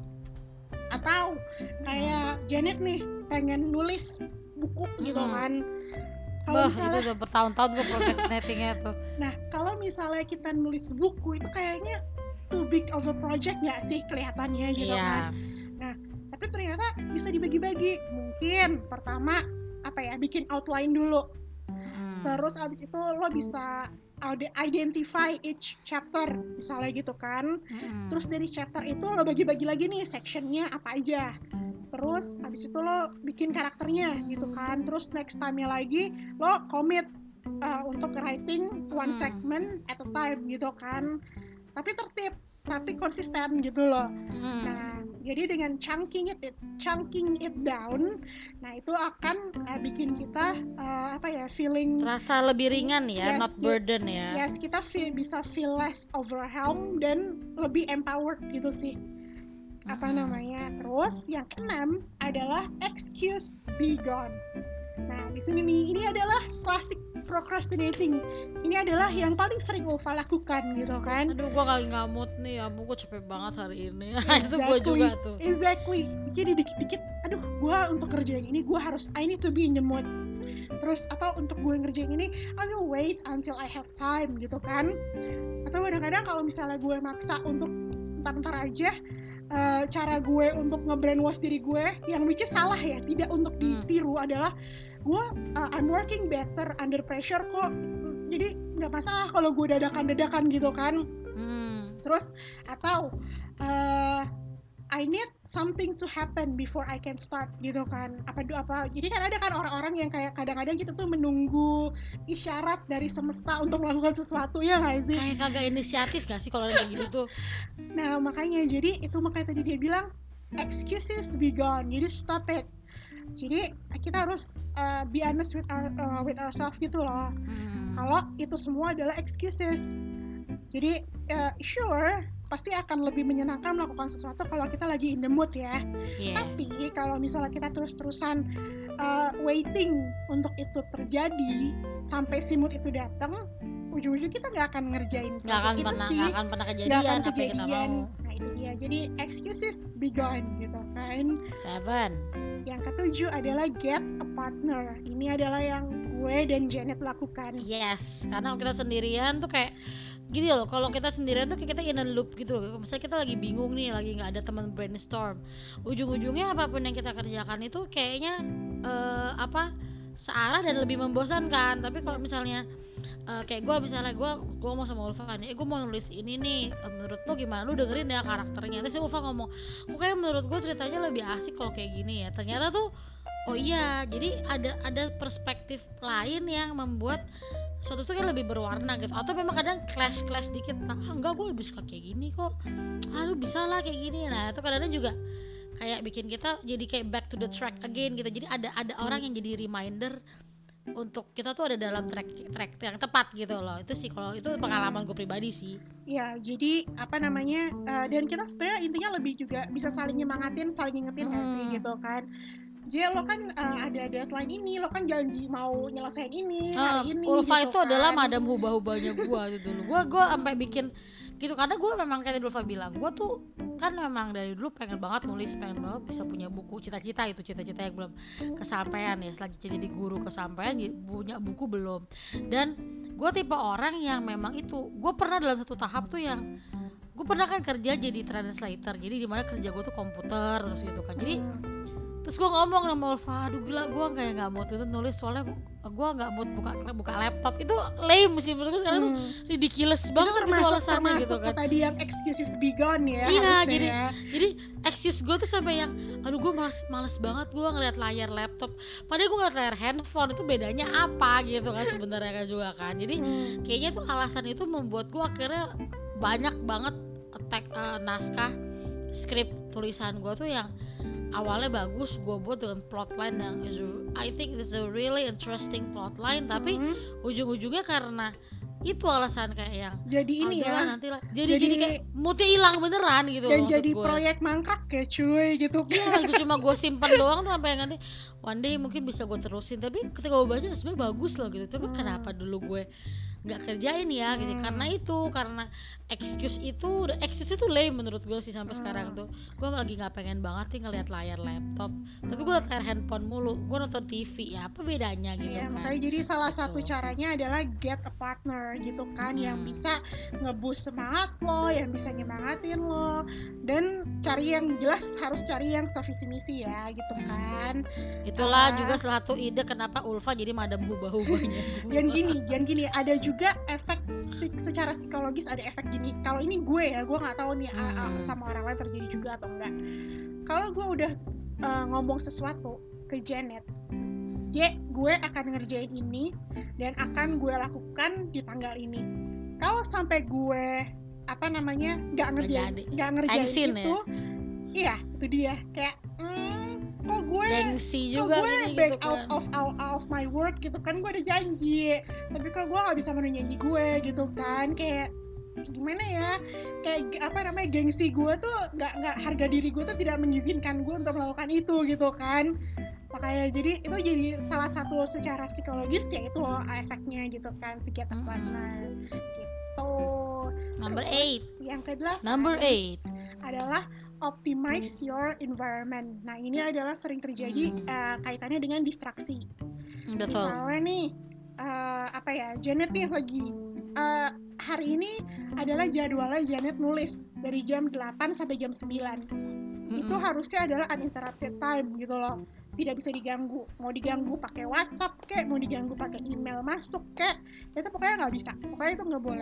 Atau kayak Janet nih pengen nulis buku gitu Hmm. kan. Kalau Bah, misalnya, itu udah bertahun-tahun gue procrastinatingnya tuh. nah kalau misalnya kita nulis buku itu kayaknya too big of a project nggak sih kelihatannya gitu kan. Iya. Tapi ternyata bisa dibagi-bagi. Mungkin pertama apa ya, bikin outline dulu. Hmm. Terus abis itu lo bisa ide- identify each chapter misalnya gitu kan. Hmm. Terus dari chapter itu lo bagi-bagi lagi nih sectionnya apa aja. Terus abis itu lo bikin karakternya gitu kan. Terus next time-nya lagi lo commit uh, untuk writing one Hmm. segment at a time gitu kan. Tapi tertib, tapi konsisten gitu loh. Hmm. Nah, jadi dengan chunking it, chunking it down, nah itu akan uh, bikin kita uh, apa ya, feeling, Terasa lebih ringan ya, Yes, not you- burden ya. yes kita feel, bisa feel less overwhelmed dan lebih empowered gitu sih. Apa Mm-mm. namanya? Terus yang keenam adalah excuse be gone. Nah, di sini nih, ini adalah klasik procrastinating. Ini adalah yang paling sering Ulfa lakukan gitu kan. Aduh, gue kali nggak mood nih, ya gue capek banget hari ini. Itu gue juga tuh. Exactly. Jadi dikit-dikit, aduh, gue untuk kerjain ini gue harus, I need to be in the mood. Terus atau untuk gue ngerjain ini, I will wait until I have time gitu kan. Atau kadang-kadang kalau misalnya gue maksa untuk ntar-ntar aja, uh, cara gue untuk nge-brainwash diri gue, yang which is salah ya, tidak untuk Hmm. ditiru, adalah gue uh, I'm working better under pressure kok. Jadi nggak masalah kalau gue dadakan-dadakan gitu kan. Hmm. Terus atau uh, I need something to happen before I can start gitu kan. Apa do apa. Jadi kan ada kan orang-orang yang kayak kadang-kadang kita tuh menunggu isyarat dari semesta untuk melakukan sesuatu, ya nggak sih? Kayak kagak inisiatif gak sih kalau ada kayak gitu tuh? Nah makanya jadi itu makanya tadi dia bilang excuses be gone. Jadi stop it. Jadi kita harus uh, be honest with our uh, with ourselves gitu loh. Hmm. Kalau itu semua adalah excuses. Jadi uh, sure pasti akan lebih menyenangkan melakukan sesuatu kalau kita lagi in the mood ya. Yeah. Tapi kalau misalnya kita terus-terusan uh, waiting untuk itu terjadi sampai si mood itu datang, ujung-ujung kita nggak akan ngerjain. Nggak akan itu pernah sih. nggak akan pernah kejadian Nggak akan apa yang kita kejadian. mau. Nah itu dia. Jadi excuses be gone gitu kan. Seven. Yang ketujuh adalah get a partner. Ini adalah yang gue dan Janet lakukan. Yes, karena kalau kita sendirian tuh kayak gini loh, kalau kita sendirian tuh kayak kita in a loop gitu loh. Misalnya kita lagi bingung nih, lagi nggak ada teman brainstorm, ujung-ujungnya apapun yang kita kerjakan itu kayaknya uh, apa searah dan lebih membosankan. Tapi kalau misalnya uh, kayak gue misalnya gue gue mau sama Ulfa nih, eh gue mau nulis ini nih, uh, menurut lo gimana, lu dengerin ya karakternya. Terus si Ulfa ngomong, kok kayak menurut gue ceritanya lebih asik kalau kayak gini ya. Ternyata tuh oh iya, jadi ada ada perspektif lain yang membuat suatu tuh kan lebih berwarna gitu. Atau memang kadang clash-clash dikit, ah enggak gue lebih suka kayak gini kok, ah lu bisa lah kayak gini. Nah itu kadang-kadang juga kayak bikin kita jadi kayak back to the track again gitu. Jadi ada ada orang yang jadi reminder untuk kita tuh ada dalam track track yang tepat gitu loh. Itu sih kalau itu pengalaman gue pribadi sih. Ya, jadi apa namanya uh, dan kita sebenarnya intinya lebih juga bisa saling nyemangatin, saling ngingetin nggak Hmm. sih gitu kan. J lo kan uh, ada deadline ini, lo kan janji mau nyelesain ini Uh, hari ini. Ulfa gitu itu kan. adalah madam hubah-hubahnya gue gitu dulu. Gue gue sampai bikin gitu karena gue memang kayak Ulfa bilang, gue tuh kan memang dari dulu pengen banget nulis, pengen banget bisa punya buku, cita-cita itu cita-cita yang belum kesampaian ya. Selanjutnya jadi guru kesampaian, punya buku belum. Dan gue tipe orang yang memang itu, gue pernah dalam satu tahap tuh yang gue pernah kan kerja jadi translator, jadi dimana kerja gue tuh komputer terus gitu kan. Jadi terus gue ngomong sama Ulfa, aduh gila gue kayak nggak mood itu nulis, soalnya gue nggak mood buka buka laptop. Itu lame sih menurut gue sekarang Hmm. tuh ridiculous Itu banget gitu termasuk alasannya termasuk gitu ke kan. tadi yang excuses be gone ya. Iya, harusnya jadi ya. jadi excuse gue tuh sampai yang aduh gue males males banget gue ngeliat layar laptop, padahal gue ngeliat layar handphone, itu bedanya apa gitu kan sebenarnya kan juga kan. Jadi Hmm. kayaknya tuh alasan itu membuat gue akhirnya banyak banget attack uh, naskah skrip tulisan gue tuh yang awalnya bagus gue buat dengan plotline yang is, I think it's a really interesting plotline, tapi Hmm. ujung-ujungnya karena itu alasan kayak yang Jadi ini "Ah, udahlah, ya. nanti lah." Jadi, Jadi- jadi kayak moodnya hilang beneran gitu Dan loh maksud jadi gue. proyek mangkrak ya cuy gitu. Iya, gue cuma gue simpan doang tuh sampai nanti one day mungkin bisa gue terusin, tapi ketika gue baca sebenarnya bagus loh gitu. Tapi Hmm. kenapa dulu gue nggak kerjain ya gitu? Hmm. Karena itu, karena excuse itu, excuse itu lame menurut gue sih sampai Hmm. sekarang tuh. Gue lagi nggak pengen banget nih ngeliat layar laptop, tapi gue liat layar handphone mulu. Gue nonton T V, ya apa bedanya gitu Iya, kan? makanya jadi salah Gitu. satu caranya adalah get a partner gitu kan, yang Hmm. bisa nge-boost semangat lo, yang bisa nyemangatin lo, dan cari yang jelas harus cari yang sevisi misi ya gitu kan. Itulah Ah. juga salah satu ide kenapa Ulfa jadi madam hubah-hubahnya gue. Dan gini, dan gini ada juga efek si- secara psikologis, ada efek gini. Kalau ini gue ya, gue nggak tahu nih ah, ah, Hmm. sama orang lain terjadi juga atau enggak. Kalau gue udah uh, ngomong sesuatu ke Janet, J, gue akan ngerjain ini dan akan gue lakukan di tanggal ini. Kalau sampai gue apa namanya nggak ngerjain, jadi. nggak ngerjain Thanksin itu, iya itu dia kayak, hmm, kok gue Gengsi kok juga gue gini back gitu out kan. of out of my work gitu kan, gue udah janji, tapi kok gue nggak bisa memenuhi janji gue gitu kan, kayak gimana ya, kayak g- apa namanya gengsi gue tuh nggak nggak harga diri gue tuh tidak mengizinkan gue untuk melakukan itu gitu kan. Makanya jadi itu jadi salah satu secara psikologis ya itu efeknya gitu kan, si get a Mm-mm. partner gitu. Number Terus, eight. yang kedelapan Number eight. adalah optimize your environment. Nah ini adalah sering terjadi Hmm. uh, kaitannya dengan distraksi. Betul. Misalnya nih uh, apa ya, Janet nih lagi uh, hari ini adalah jadwalnya Janet nulis dari jam delapan sampai jam sembilan. Itu Mm-mm. harusnya adalah uninterrupted time gitu loh, tidak bisa diganggu. Mau diganggu pakai WhatsApp kek, mau diganggu pakai email masuk kek, itu pokoknya nggak bisa, pokoknya itu nggak boleh.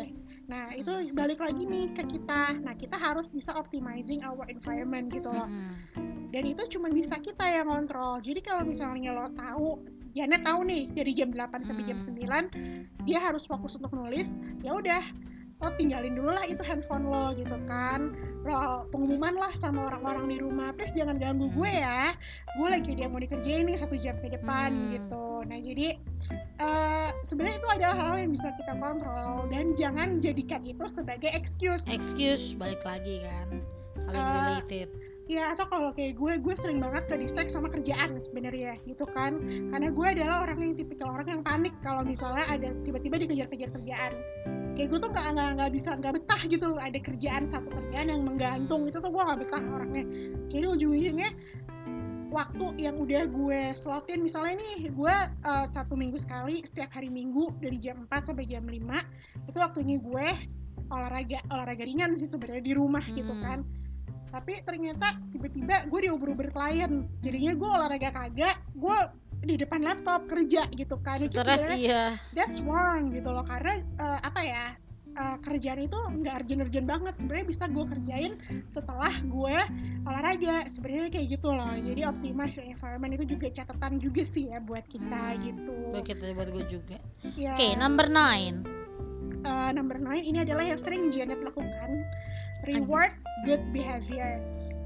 Nah itu balik lagi nih ke kita. Nah kita harus bisa optimizing our environment gitu loh. Mm-hmm. Dan itu cuma bisa kita yang kontrol. Jadi kalau misalnya lo tahu, Janet tahu nih dari jam delapan sampai jam sembilan dia harus fokus untuk nulis, ya udah lo tinggalin dulu lah itu handphone lo gitu kan. Lo pengumuman lah sama orang-orang di rumah, please jangan ganggu gue ya, gue lagi dia mau dikerjain nih satu jam ke depan hmm. gitu. Nah jadi uh, sebenarnya itu adalah hal yang bisa kita kontrol dan jangan jadikan itu sebagai excuse. Excuse balik lagi kan, saling uh, related. Ya atau kalau kayak gue, gue sering banget ke distract sama kerjaan sebenarnya gitu kan. Karena gue adalah orang yang tipikal orang yang panik kalau misalnya ada tiba-tiba dikejar-kejar kerjaan. Kayak gue tuh nggak nggak nggak bisa nggak betah gitu loh, ada kerjaan satu kerjaan yang menggantung itu tuh gue nggak betah orangnya. Jadi ujung-ujungnya waktu yang udah gue slotin, misalnya nih gue uh, satu minggu sekali setiap hari Minggu dari jam empat sampai jam lima itu waktunya gue olahraga olahraga ringan sih sebenarnya di rumah hmm. gitu kan. Tapi ternyata tiba-tiba gue diuber-uber klien, jadinya gue olahraga kagak, gue di depan laptop kerja gitu kan. Stres iya. That's wrong gitu loh, karena uh, apa ya uh, kerjaan itu nggak urgent-urgent banget, sebenarnya bisa gue kerjain setelah gue olahraga, sebenarnya kayak gitu loh. Jadi optimize your environment itu juga catatan juga sih ya buat kita hmm. gitu. Buat kita, buat gue juga. Yeah. Oke, okay, number nine. Uh, number nine ini adalah yang sering Janet lakukan. Reward good behavior.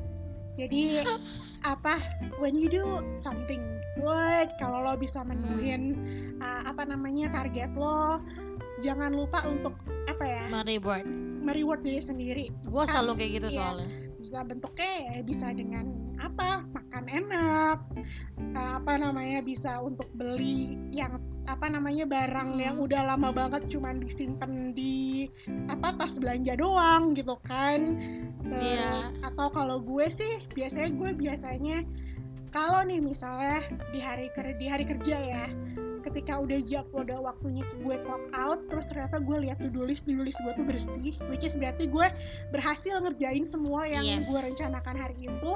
Jadi apa? When you do something good, kalau lo bisa menuhin uh, apa namanya target lo, jangan lupa untuk apa ya? Mereward. Mereward diri sendiri. Gue selalu kayak gitu iya, soalnya. Bisa bentuknya ya, bisa dengan apa? Makan enak. Uh, apa namanya? Bisa untuk beli yang apa namanya barang hmm. yang udah lama banget cuman disimpan di apa tas belanja doang gitu kan. Terus yeah. atau kalau gue sih biasanya gue biasanya kalau nih misalnya di hari di hari kerja ya, ketika udah jam udah waktunya gue clock out, terus ternyata gue lihat to-do list to-do list gue tuh bersih, which is berarti gue berhasil ngerjain semua yang yes. gue rencanakan hari itu.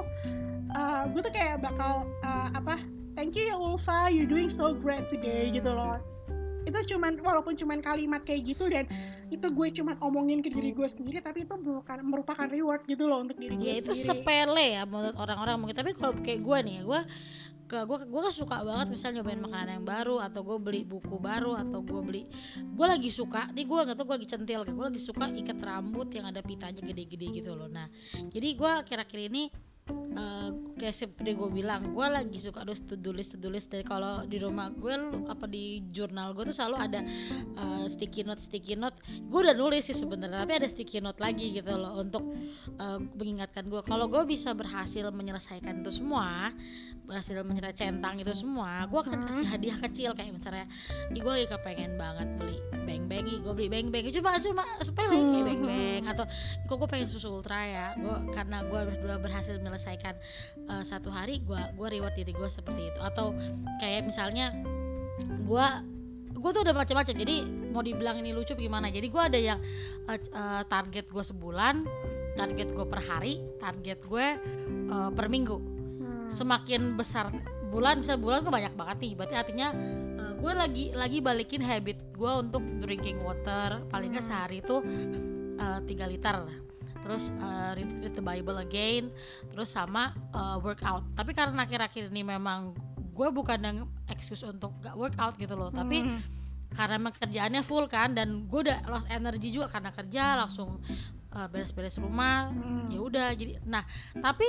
Uh, gue tuh kayak bakal uh, apa thank you ya Ulfa, you doing so great today gitu loh. Itu cuman walaupun cuman kalimat kayak gitu dan itu gue cuman omongin ke diri gue sendiri, tapi itu bukan merupakan reward gitu loh untuk diri gue ya, sendiri. Ya itu sepele ya menurut orang-orang mungkin, tapi kalau kayak gue nih, gue ke gue gue kan suka banget misalnya nyobain makanan yang baru, atau gue beli buku baru, atau gue beli gue lagi suka nih, gue nggak tahu gue lagi centil, gue lagi suka ikat rambut yang ada pitanya gede-gede gitu loh. Nah jadi gue kira-kira ini Uh, kayak seperti gue bilang, gue lagi suka terus to do list to do list. Dari kalau di rumah gue apa di jurnal gue tuh selalu ada uh, sticky note sticky note. Gue udah nulis sih sebenarnya, tapi ada sticky note lagi gitu loh untuk uh, mengingatkan gue kalau gue bisa berhasil menyelesaikan itu semua, berhasil menyelesaikan centang itu semua, gue akan kasih hadiah kecil. Kayak misalnya, ih gue lagi kepengen banget beli beng beng, gue beli beng beng cuma cuma sepele kayak beng beng, atau kok gue pengen susu ultra ya, gue karena gue berdua berhasil menyelesaikan uh, satu hari, gue gue reward diri gue seperti itu. Atau kayak misalnya gue gue tuh udah macam-macam, jadi mau dibilang ini lucu gimana, jadi gue ada yang uh, uh, target gue sebulan, target gue per hari, target gue uh, per minggu. hmm. Semakin besar bulan, bisa bulan tuh banyak banget nih, berarti artinya uh, gue lagi lagi balikin habit gue untuk drinking water paling nggak sehari itu uh, tiga liter. Terus uh, read, read the Bible again, terus sama uh, workout. Tapi karena akhir-akhir ini memang gue bukan yang excuse untuk gak workout gitu loh, tapi hmm. karena emang kerjaannya full kan, dan gue udah lost energy juga karena kerja langsung uh, beres-beres rumah. hmm. Ya udah jadi, nah tapi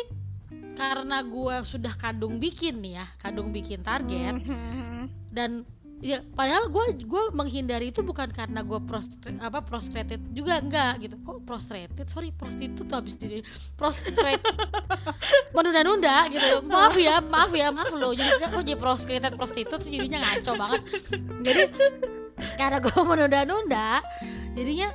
karena gue sudah kadung bikin nih ya, kadung bikin target, hmm. dan ya padahal gue gue menghindari itu bukan karena gue prostre, apa prostrated juga, enggak gitu. Kok prostrated, sorry prostitut tuh habis jadi prostrate menunda-nunda gitu. Maaf ya maaf ya maaf loh, jadi kok jadi prostrated prostitut jadinya ngaco banget. Jadi karena gue menunda-nunda jadinya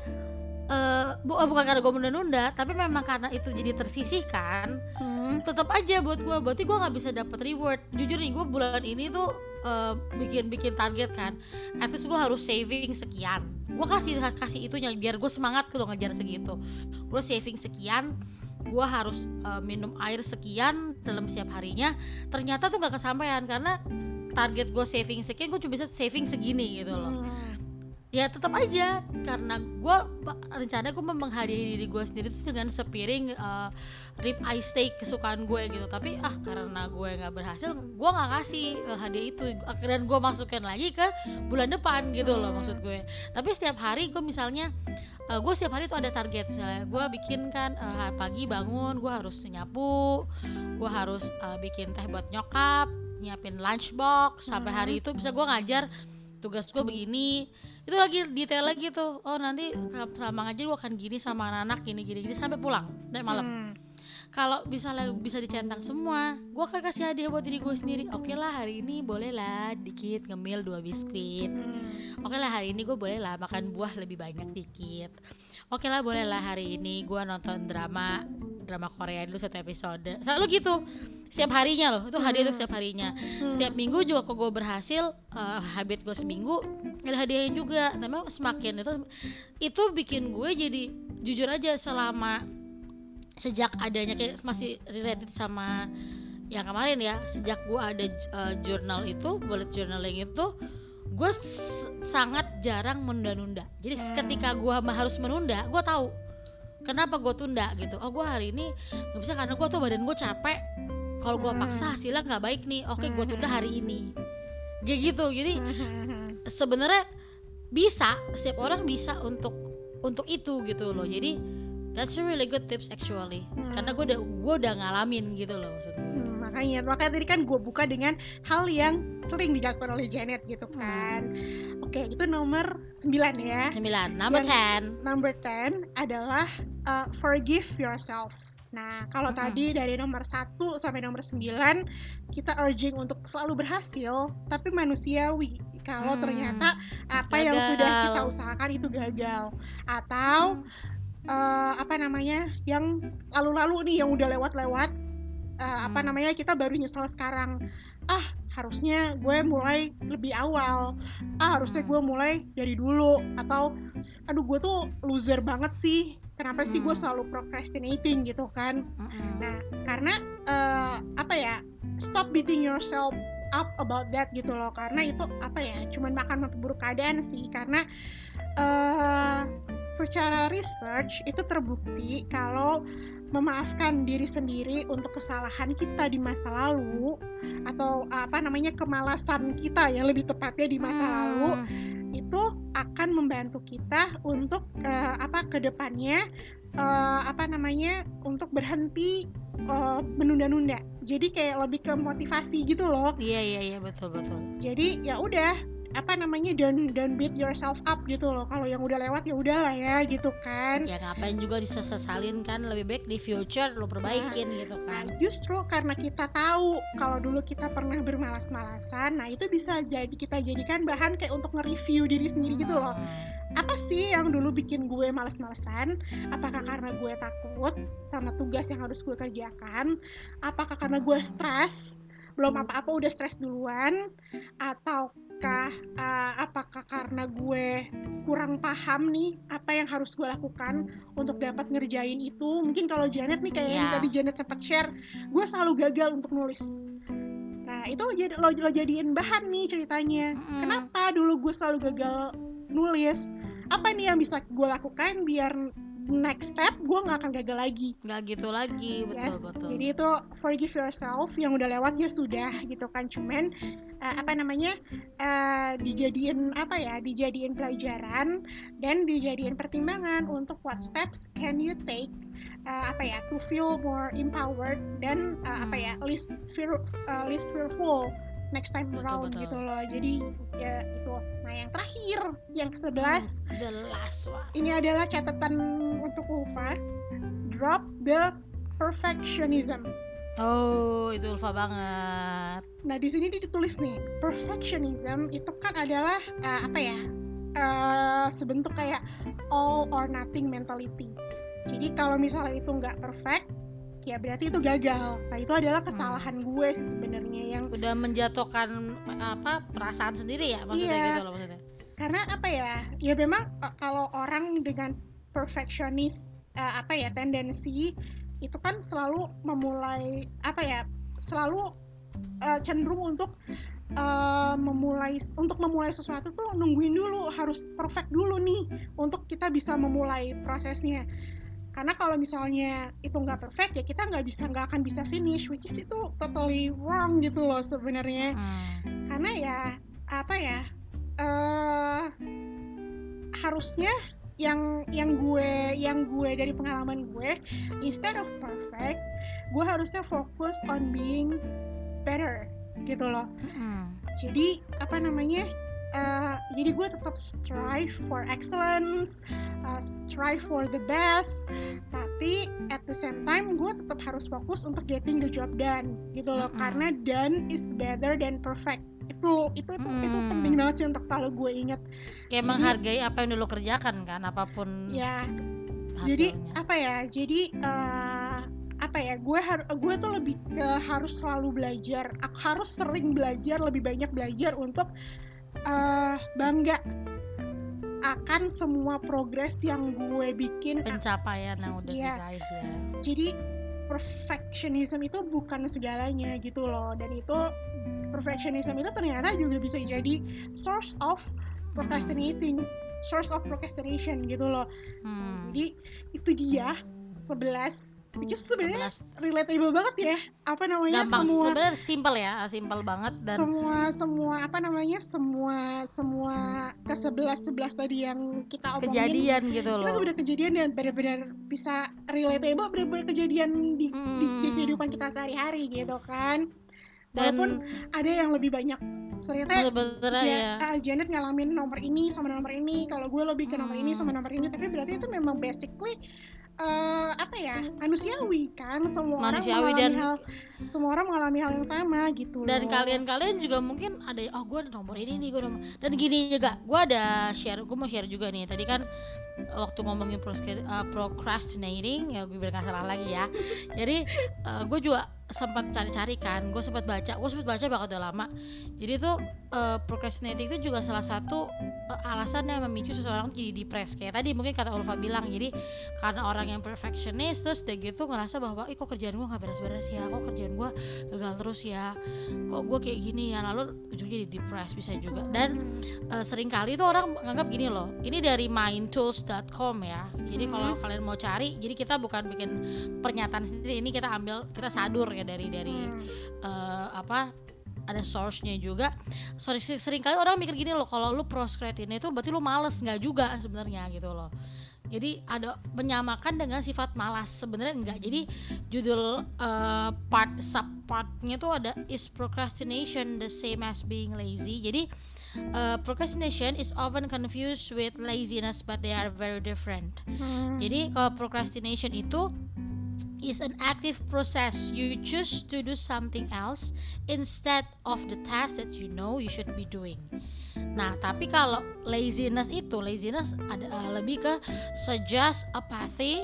uh, bu, bukan karena gue menunda-nunda, tapi memang karena itu jadi tersisihkan. hmm. Tetap aja buat gue, berarti gue nggak bisa dapat reward. Jujur nih, gue bulan ini tuh Uh, bikin-bikin target kan, at least gue harus saving sekian, gue kasih kasih itunya biar gue semangat kalau ngejar segitu. Gue saving sekian, gue harus uh, minum air sekian dalam setiap harinya. Ternyata tuh nggak kesampaian karena target gue saving sekian, gue cuma bisa saving segini gitu loh. hmm. ya tetap aja karena gue rencana gue menghadiahi diri gue sendiri tuh dengan sepiring uh, rib eye steak kesukaan gue gitu, tapi ah karena gue nggak berhasil gue nggak kasih uh, hadiah itu, dan gue masukin lagi ke bulan depan gitu loh maksud gue. Tapi setiap hari gue misalnya uh, gue setiap hari tuh ada target, misalnya gue bikin kan uh, pagi bangun gue harus nyapu, gue harus uh, bikin teh buat nyokap, nyiapin lunchbox sampai hari itu bisa gue ngajar tugas gue begini, itu lagi detail lagi tuh, oh nanti selama ngajar gue akan gini sama anak-anak gini gini gini sampai pulang sampai malam. hmm. Kalau misalnya bisa dicentang semua, gue akan kasih hadiah buat diri gue sendiri. Oke lah hari ini boleh lah dikit ngemil dua biskuit, hmm. oke lah hari ini gue boleh lah makan buah lebih banyak dikit, oke lah boleh lah hari ini gue nonton drama drama Korea dulu satu episode, selalu gitu setiap harinya loh, itu hadiah tuh setiap harinya. hmm. Setiap minggu juga kok gue berhasil uh, habit gue seminggu ada hadiahnya juga, tapi semakin itu itu bikin gue jadi jujur aja selama sejak adanya kayak masih related sama yang kemarin ya, sejak gue ada uh, jurnal itu, bullet journaling itu, gue s- sangat jarang menunda-nunda. Jadi hmm. ketika gue harus menunda, gue tahu kenapa gue tunda gitu. Oh gue hari ini nggak bisa karena gue tuh badan gue capek. Kalau gue paksa hasilnya nggak baik nih. Oke gue tunda hari ini. Kayak gitu. Jadi sebenarnya bisa, setiap orang bisa untuk untuk itu gitu loh. Jadi that's a really good tips actually. Hmm. Karena gue udah gue udah ngalamin gitu loh maksudnya. Hmm, makanya makanya tadi kan gue buka dengan hal yang sering dilakukan oleh Janet gitu kan. Hmm. Oke, itu nomor sembilan ya. sembilan. Number ten. Number ten adalah uh, forgive yourself. Nah, kalau hmm. tadi dari nomor satu sampai nomor sembilan kita urging untuk selalu berhasil, tapi manusiawi. Kalau hmm. ternyata apa gagal. Yang sudah kita usahakan itu gagal, atau hmm. Uh, apa namanya yang lalu-lalu nih yang udah lewat-lewat, uh, hmm. apa namanya kita baru nyesel sekarang, ah harusnya gue mulai lebih awal, ah harusnya gue mulai dari dulu, atau aduh gue tuh loser banget sih, kenapa hmm. sih gue selalu procrastinating gitu kan. hmm. Nah karena uh, apa ya, stop beating yourself up about that gitu loh, karena itu apa ya, cuman makan memperburuk keadaan sih. Karena uh, secara research itu terbukti kalau memaafkan diri sendiri untuk kesalahan kita di masa lalu, atau apa namanya kemalasan kita ya lebih tepatnya di masa hmm. lalu, itu akan membantu kita untuk uh, apa kedepannya uh, apa namanya untuk berhenti uh, menunda-nunda. Jadi kayak lebih ke motivasi gitu loh. Iya iya iya betul betul. Jadi ya udah apa namanya don't don't beat yourself up gitu loh. Kalau yang udah lewat ya udahlah ya gitu kan. Ya ngapain juga disesalin kan, lebih baik di future lo perbaikin nah, gitu kan. Nah, justru karena kita tahu kalau dulu kita pernah bermalas-malasan, nah itu bisa jadi kita jadikan bahan kayak untuk nge-review diri sendiri hmm. gitu loh. Apa sih yang dulu bikin gue malas-malasan? Apakah karena gue takut sama tugas yang harus gue kerjakan? Apakah karena gue stres? Belum apa-apa udah stres duluan? Atau Apakah, uh, apakah karena gue kurang paham nih apa yang harus gue lakukan untuk dapat ngerjain itu? Mungkin kalau Janet nih kayak yeah. yang tadi Janet sempat share, gue selalu gagal untuk nulis. Nah itu lo, lo jadiin bahan nih ceritanya. Mm. Kenapa dulu gue selalu gagal nulis? Apa nih yang bisa gue lakukan biar next step gue nggak akan gagal lagi? Nggak gitu lagi, betul yes. betul. Jadi itu forgive yourself, yang udah lewat ya sudah gitu kan. Cuman uh, apa namanya uh, dijadiin apa ya? Dijadiin pelajaran dan dijadiin pertimbangan untuk what steps can you take uh, apa ya to feel more empowered dan uh, hmm. apa ya less fear uh, less fearful next time betul, around betul. gitu loh. Jadi ya itu. Nah yang terakhir, yang ke sebelas, hmm, the last one. Ini adalah catatan untuk Ulfa. Drop the perfectionism. Oh, itu Ulfa banget. Nah di sini ditulis nih, perfectionism itu kan adalah uh, apa ya? Uh, sebentuk kayak all or nothing mentality. Jadi kalau misalnya itu nggak perfect, ya berarti itu gagal. Nah itu adalah kesalahan hmm. gue sih sebenarnya, yang udah menjatuhkan apa perasaan sendiri ya maksudnya iya, gitu loh maksudnya. Karena apa ya? Ya memang uh, kalau orang dengan perfectionist uh, apa ya tendensi itu kan selalu memulai apa ya? Selalu uh, cenderung untuk uh, memulai untuk memulai sesuatu tuh nungguin dulu, harus perfect dulu nih untuk kita bisa memulai prosesnya. Karena kalau misalnya itu nggak perfect ya kita nggak bisa nggak akan bisa finish, which is itu totally wrong gitu loh sebenarnya. Hmm. Karena ya apa ya uh, harusnya yang yang gue yang gue dari pengalaman gue, instead of perfect, gue harusnya fokus on being better gitu loh. Mm-mm. Jadi apa namanya? Uh, jadi gue tetap strive for excellence, uh, strive for the best, tapi at the same time gue tetap harus fokus untuk getting the job done gitu loh. Mm-mm. Karena done is better than perfect. Itu itu itu, Hmm. itu penting banget sih untuk selalu gue ingat. Kayak Jadi- menghargai apa yang dulu kerjakan kan, apapun Ya, hasilnya. jadi apa ya? Jadi uh, apa ya? Gue harus gue tuh lebih ke harus selalu belajar. Aku harus sering belajar, lebih banyak belajar untuk uh, bangga akan semua progres yang gue bikin. Pencapaian yang udah Iya. diraih ya. Jadi perfectionism itu bukan segalanya gitu loh. Dan itu perfectionism itu ternyata juga bisa jadi source of procrastinating, source of procrastination gitu loh. Hmm. Jadi itu dia sebelas, which is sebenarnya sebelas relatable banget ya. Apa namanya gampang semua sebenarnya, simple ya, simple banget. Dan semua semua apa namanya semua semua ke sebelas sebelas tadi yang kita omongin kejadian gitu itu loh. sebenarnya kejadian dan benar-benar bisa relatable, benar-benar kejadian di, di, di Hmm. kehidupan kita sehari-hari gitu kan. Dan Walaupun ada yang lebih banyak. Ternyata sebenarnya Ja- ya ah, Janet ngalamin nomor ini sama nomor ini, kalau gue lebih ke nomor ini Hmm. sama nomor ini, tapi berarti itu memang basically eh, apa ya, manusiawi kan, semua Manusiawi orang mengalami dan- hal semua orang mengalami hal yang sama gitu dan loh. kalian-kalian juga mungkin ada, oh gue ada nomor ini nih, gue nomor, dan gini juga gue ada share, gue mau share juga nih. Tadi kan waktu ngomongin prosca- uh, procrastinating ya, gue biar nggak salah lagi ya. Jadi uh, gue juga sempat cari-cari kan, gue sempat baca, gue sempat baca banget udah lama. Jadi tuh uh, procrastinating itu juga salah satu uh, alasan yang memicu seseorang jadi depres. Kayak tadi mungkin kata Ulfa bilang, jadi karena orang yang perfectionist terus dia gitu ngerasa bahwa ih kok kerjaan gue nggak beres-beres ya, kok kerjaan gue gagal terus ya, kok gue kayak gini ya, lalu ujungnya di depres bisa juga. Dan uh, seringkali tuh orang menganggap gini loh, ini dari mindtools dot com ya, jadi kalau kalian mau cari, jadi kita bukan bikin pernyataan sendiri, ini kita ambil, kita sadur ya dari dari Hmm. uh, apa, ada source-nya juga. Sorry, sering kali orang mikir gini loh, kalau lu procrastinate itu berarti lu males, nggak juga sebenarnya gitu loh. Jadi ada menyamakan dengan sifat malas, sebenarnya enggak. Jadi judul uh, part sub partnya tuh ada, is procrastination the same as being lazy. Jadi uh, procrastination is often confused with laziness, but they are very different. Hmm. Jadi kalau procrastination itu is an active process. You choose to do something else instead of the task that you know you should be doing. Nah, tapi kalau laziness itu, laziness ada uh, lebih ke suggest apathy,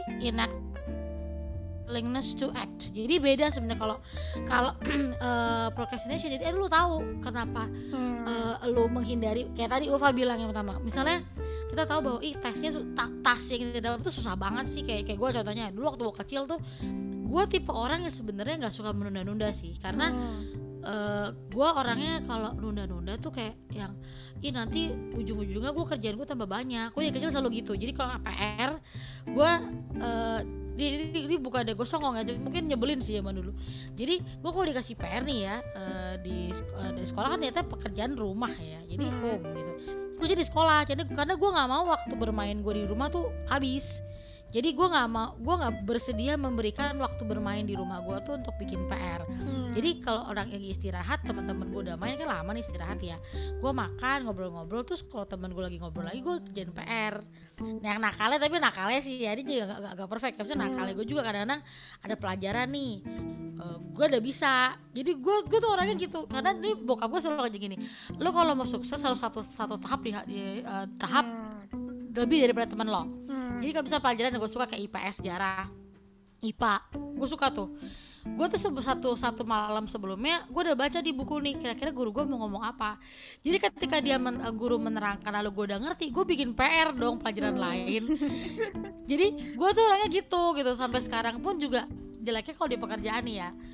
willingness to act. Jadi beda sebenarnya kalau kalau uh, procrastination. Jadi eh, lu tahu kenapa Hmm. uh, lu menghindari, kayak tadi Ulfa bilang yang pertama, misalnya kita tahu bahwa ih tesnya su- ta- tas yang kita dapat tuh susah banget sih, kayak kayak gue contohnya dulu waktu gue kecil tuh, gue tipe orang yang sebenarnya nggak suka menunda-nunda sih, karena Hmm. uh, gue orangnya kalau nunda-nunda tuh kayak yang ih nanti ujung-ujungnya gue kerjaan gue tambah banyak. Gue yang kecil selalu gitu. Jadi kalau P R gue uh, di, di, di bukan ada gue songong aja, mungkin nyebelin sih zaman dulu. Jadi gue kalau dikasih P R nih ya, uh, di uh, dari sekolah kan ternyata pekerjaan rumah ya, jadi Hmm. home gitu. Gue jadi sekolah, jadi karena gue nggak mau waktu bermain gue di rumah tuh habis. Jadi gue nggak mau, gue nggak bersedia memberikan waktu bermain di rumah gue tuh untuk bikin P R. Hmm. Jadi kalau orang lagi istirahat, teman-teman gue udah main kan lama nih istirahat ya, gue makan ngobrol-ngobrol, terus kalau teman gue lagi ngobrol lagi gue kerjain P R. Nah, yang nakalnya, tapi nakalnya sih ya, dia juga gak, gak, gak perfect. Maksudnya nakalnya gue juga kadang-kadang ada pelajaran nih, uh, gue udah bisa. Jadi gue gue tuh orangnya gitu, karena ini bokap gue selalu kayak gini, lo kalau mau sukses harus satu satu tahap di, di uh, tahap Hmm. lebih daripada teman lo. Hmm. Jadi kalau bisa pelajaran yang gue suka kayak I P S, sejarah, I P A, gue suka tuh. Gue tuh se- satu satu malam sebelumnya gue udah baca di buku nih, kira-kira guru gue mau ngomong apa. Jadi ketika dia men- uh, guru menerangkan lalu gue udah ngerti, gue bikin P R dong, pelajaran lain. Jadi gue tuh orangnya gitu gitu sampai sekarang pun juga. Jeleknya kalau di pekerjaan nih ya,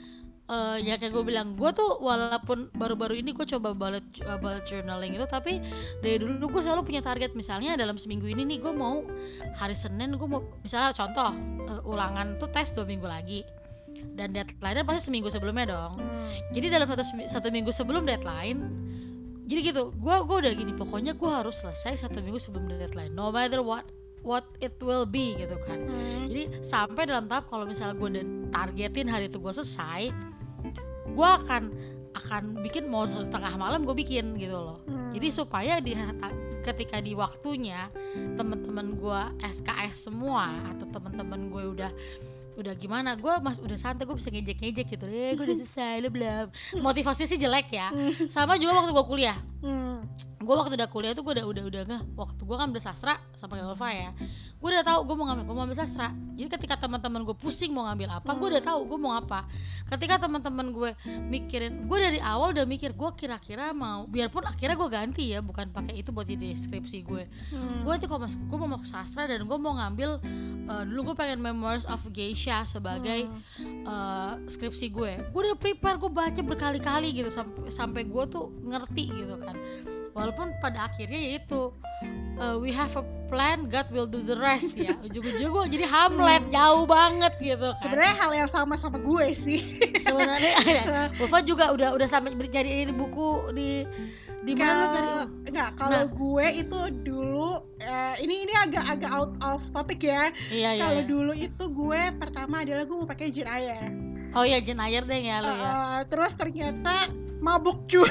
uh, ya kayak gue bilang, gue tuh walaupun baru-baru ini gue coba bullet, uh, bullet journaling itu, tapi dari dulu gue selalu punya target. Misalnya dalam seminggu ini nih gue mau hari Senin gue mau, misalnya contoh uh, ulangan tuh tes dua minggu lagi dan deadline-nya pasti seminggu sebelumnya dong. Jadi dalam satu, satu minggu sebelum deadline, jadi gitu, gue gue udah gini, pokoknya gue harus selesai satu minggu sebelum deadline, no matter what what it will be gitu kan. Hmm. Jadi sampai dalam tahap kalau misalnya gue udah targetin hari itu gue selesai, gue akan akan bikin mau setengah malam gue bikin gitu loh. Hmm. Jadi supaya di ketika di waktunya teman-teman gue S K S semua atau teman-teman gue udah udah gimana, gue mas udah santai, gue bisa ngejek-ngejek gitu, eh gue udah selesai, lo belum. Motivasi sih jelek ya. Sama juga waktu gue kuliah. Hmm. Gue waktu udah kuliah tuh gue udah udah udah nggak. Waktu gue kan ambil sastra sama kayak Ulfa ya, gue udah tahu gue mau ngambil, gue mau ambil sastra. Jadi ketika teman-teman gue pusing mau ngambil apa, gue udah tahu gue mau apa. Ketika teman-teman gue mikirin, gue dari awal udah mikir gue kira-kira mau, biarpun akhirnya gue ganti ya, bukan pakai itu buat di deskripsi gue. Hmm. Gue tuh kalau gue mau ke sastra dan gue mau ngambil uh, dulu gue pengen Memoirs of Geisha sebagai hmm. uh, skripsi gue. Gue udah prepare, gue baca berkali-kali gitu sampai sampai gue tuh ngerti gitu kan. Walaupun pada akhirnya yaitu uh, we have a plan, God will do the rest ya. Ujung-ujung gue jadi Hamlet, jauh banget gitu kan. Sebenarnya hal yang sama sama gue sih. Sebenarnya Ulfa juga udah udah sampai cari ini buku di di mana cari? Enggak, kalau nah. gue itu dulu uh, ini ini agak agak out of topic ya. Iya, kalau iya. dulu itu gue pertama adalah gue mau pakai Jane Eyre. Oh iya, Jane Eyre deh ya lo uh, ya. Terus ternyata mabuk cuy.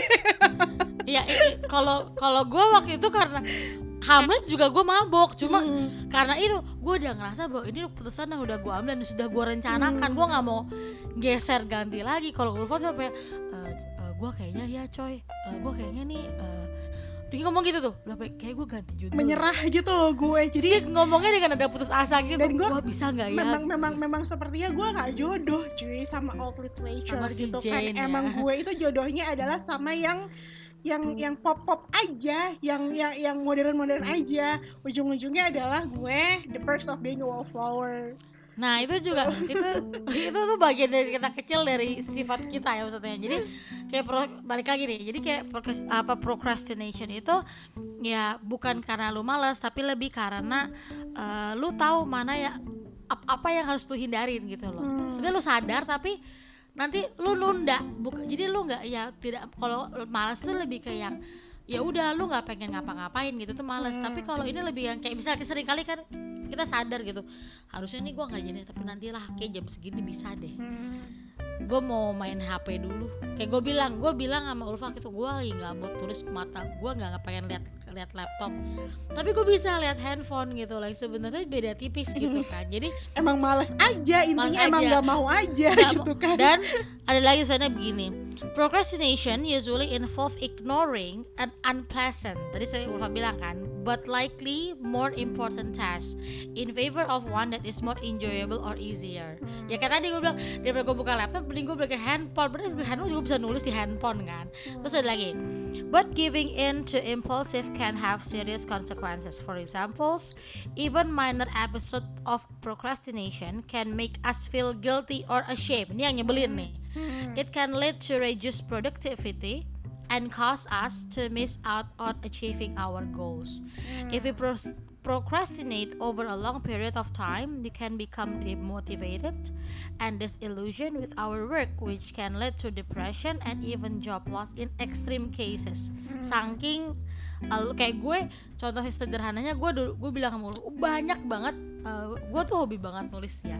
Iya, kalau kalau gue waktu itu karena Hamlet juga gue mabok, cuma hmm. karena itu gue udah ngerasa bahwa ini keputusan yang udah gue ambil dan sudah gue rencanakan, hmm. gue nggak mau geser ganti lagi. Kalau Ulfa tuh sampai uh, uh, gue kayaknya ya coy, uh, gue kayaknya nih uh, dia ngomong gitu tuh, kayak gue ganti judul. Menyerah gitu loh gue. Jadi Sih, ngomongnya dengan ada putus asa gitu. Dan gue bisa nggak ya? Memang memang memang sepertinya gue nggak jodoh cuy sama old literature sama gitu si kan. Ya. Emang gue itu jodohnya adalah sama yang yang yang pop pop aja, yang yang yang modern modern aja. Ujung-ujungnya adalah gue The Perks of Being a Wallflower. Nah itu juga itu itu tuh bagian dari kita kecil dari sifat kita ya maksudnya. Jadi kayak pro, balik lagi nih. Jadi kayak pro, apa procrastination itu ya bukan karena lu malas, tapi lebih karena uh, lu tahu mana ya apa yang harus lu hindarin gitu loh. Hmm. Sebenarnya lu sadar tapi nanti lu nunda. Buka, jadi lu nggak ya tidak, kalau malas tuh lebih kayak yang ya udah lu nggak pengen ngapa-ngapain gitu tuh malas. Hmm. Tapi kalau ini lebih yang kayak bisa sering kali kan kita sadar gitu, harusnya nih gue nggak jadi, tapi nantilah kayak jam segini bisa deh. Hmm. Gue mau main H P dulu. Kayak gue bilang, gue bilang sama Ulfa gitu, gue lagi nggak mau tulis, mata gue nggak pengen lihat lihat laptop, tapi gue bisa lihat handphone gitu lah. Sebenarnya beda tipis gitu kan. Jadi emang malas aja intinya, emang nggak mau aja gak gitu kan. Dan ada lagi soalnya begini, procrastination usually involve ignoring an unpleasant, tadi saya Ulfa bilang kan, but likely more important task in favor of one that is more enjoyable or easier. Hmm. Ya kayak tadi gue bilang, daripada gue buka laptop mending gue pakai handphone. Berarti handphone juga bisa nulis di handphone kan. Hmm. Terus ada lagi, but giving in to impulsive can have serious consequences. For examples, even minor episode of procrastination can make us feel guilty or ashamed. Ini yang nyebelin nih. Hmm. It can lead to reduced productivity and cause us to miss out on achieving our goals. Hmm. If we pro- procrastinate over a long period of time, we can become demotivated and disillusioned with our work, which can lead to depression and even job loss in extreme cases. Hmm. Saking uh, kayak gue, contoh sederhananya gue gue bilang sama lu, banyak banget, uh, gue tuh hobi banget nulis ya.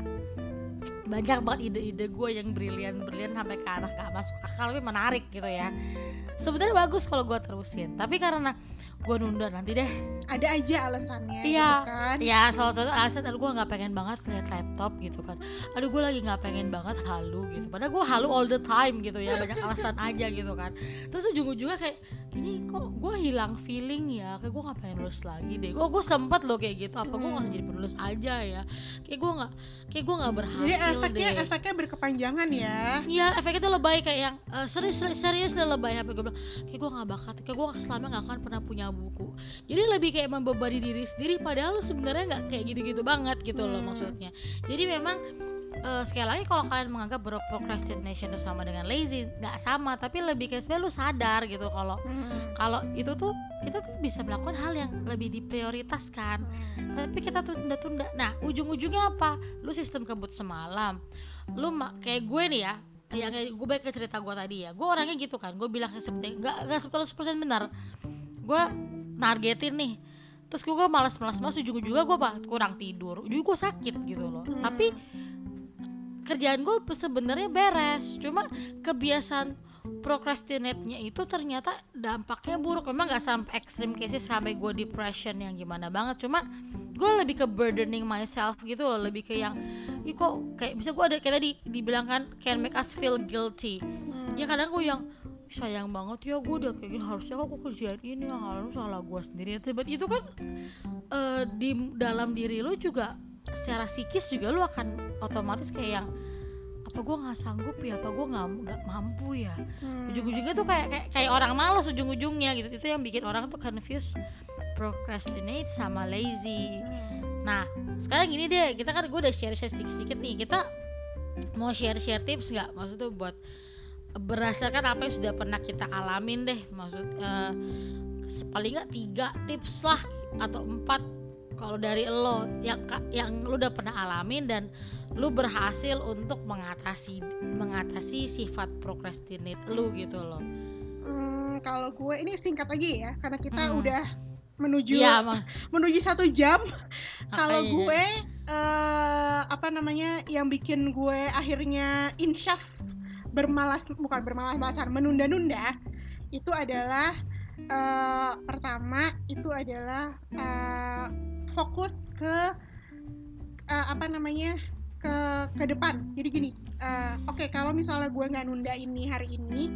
Banyak banget ide-ide gue yang brilian-brilian sampai ke arah gak masuk akal tapi menarik gitu ya. Sebenarnya bagus kalau gue terusin, tapi karena gue nunda nanti deh. Ada aja alasannya. Iya. Gitu kan? Ya salah satu alasan, aduh gue nggak pengen banget lihat laptop gitu kan. Aduh gue lagi nggak pengen banget halu gitu. Padahal gue halu all the time gitu ya, banyak alasan aja gitu kan. Terus ujung-ujungnya kayak ini kok gue hilang feeling ya, kayak gue nggak pengen nulis lagi deh. Gue gue sempet loh kayak gitu. Apa gue nggak jadi penulis aja ya? Kayak gue nggak, kayak gue nggak berhasil. Jadi efeknya deh. efeknya berkepanjangan ya. Iya, efeknya tuh lebay kayak yang uh, serius serius lebay. Apa gue bilang kayak gue nggak bakat, kayak gue selama nggak akan pernah punya buku. Jadi lebih kayak membebani diri sendiri, padahal sebenarnya nggak kayak gitu-gitu banget gitu loh hmm. maksudnya. Jadi memang uh, sekali lagi kalau kalian menganggap bahwa procrastination itu sama dengan lazy, nggak sama, tapi lebih kayak sebenarnya lu sadar gitu kalau Hmm. kalau itu tuh kita tuh bisa melakukan hal yang lebih diprioritaskan, Hmm. tapi kita tuh tunda-tunda. Nah ujung-ujungnya apa? Lu sistem kebut semalam, lu ma- kayak gue nih ya, yang kayak gue balik ke cerita gue tadi ya, gue orangnya gitu kan, gue bilang seperti nggak nggak seratus persen benar, gue nargetin nih, terus gue gue malas-malas-malas, ujung-ujungnya gue apa? Kurang tidur, ujung gue sakit gitu loh. Hmm. Tapi kerjaan gue sebenarnya beres, cuma kebiasaan procrastinate-nya itu ternyata dampaknya buruk. Memang nggak sampai extreme cases sampai gue depression yang gimana banget, cuma gue lebih ke burdening myself gitu loh, lebih ke yang ih kok kayak bisa gue ada kayak tadi dibilang kan can make us feel guilty. Hmm. Ya kadang gue yang sayang banget ya gue udah kayak gini, harusnya kok gue kerjain ini, yang harus salah gue sendiri. Tiba itu kan eh, di dalam diri lu juga secara psikis juga lu akan otomatis kayak yang apa gue nggak sanggup ya, apa gue nggak nggak mampu ya. Hmm. Ujung-ujungnya tuh kayak kayak, kayak orang malas ujung-ujungnya gitu. Itu yang bikin orang tuh confuse procrastinate sama lazy. Hmm. Nah sekarang gini deh, kita kan gue udah share-share sedikit-sedikit nih, kita mau share-share tips nggak, maksudnya buat berdasarkan apa yang sudah pernah kita alamin deh, maksud eh, paling nggak tiga tips lah atau empat kalau dari lo yang yang lu udah pernah alamin dan lu berhasil untuk mengatasi mengatasi sifat procrastinate lu gitu loh. Hmm, kalau gue ini singkat lagi ya, karena kita Hmm. udah menuju Iya, mah. menuju satu jam. Kalau Makanya. gue eh, apa namanya yang bikin gue akhirnya insyaf bermalas bukan bermalas-malasan menunda-nunda itu adalah eh, pertama itu adalah eh, fokus ke eh, apa namanya ke ke depan. Jadi gini, eh, oke kalau misalnya gue nggak nunda ini hari ini,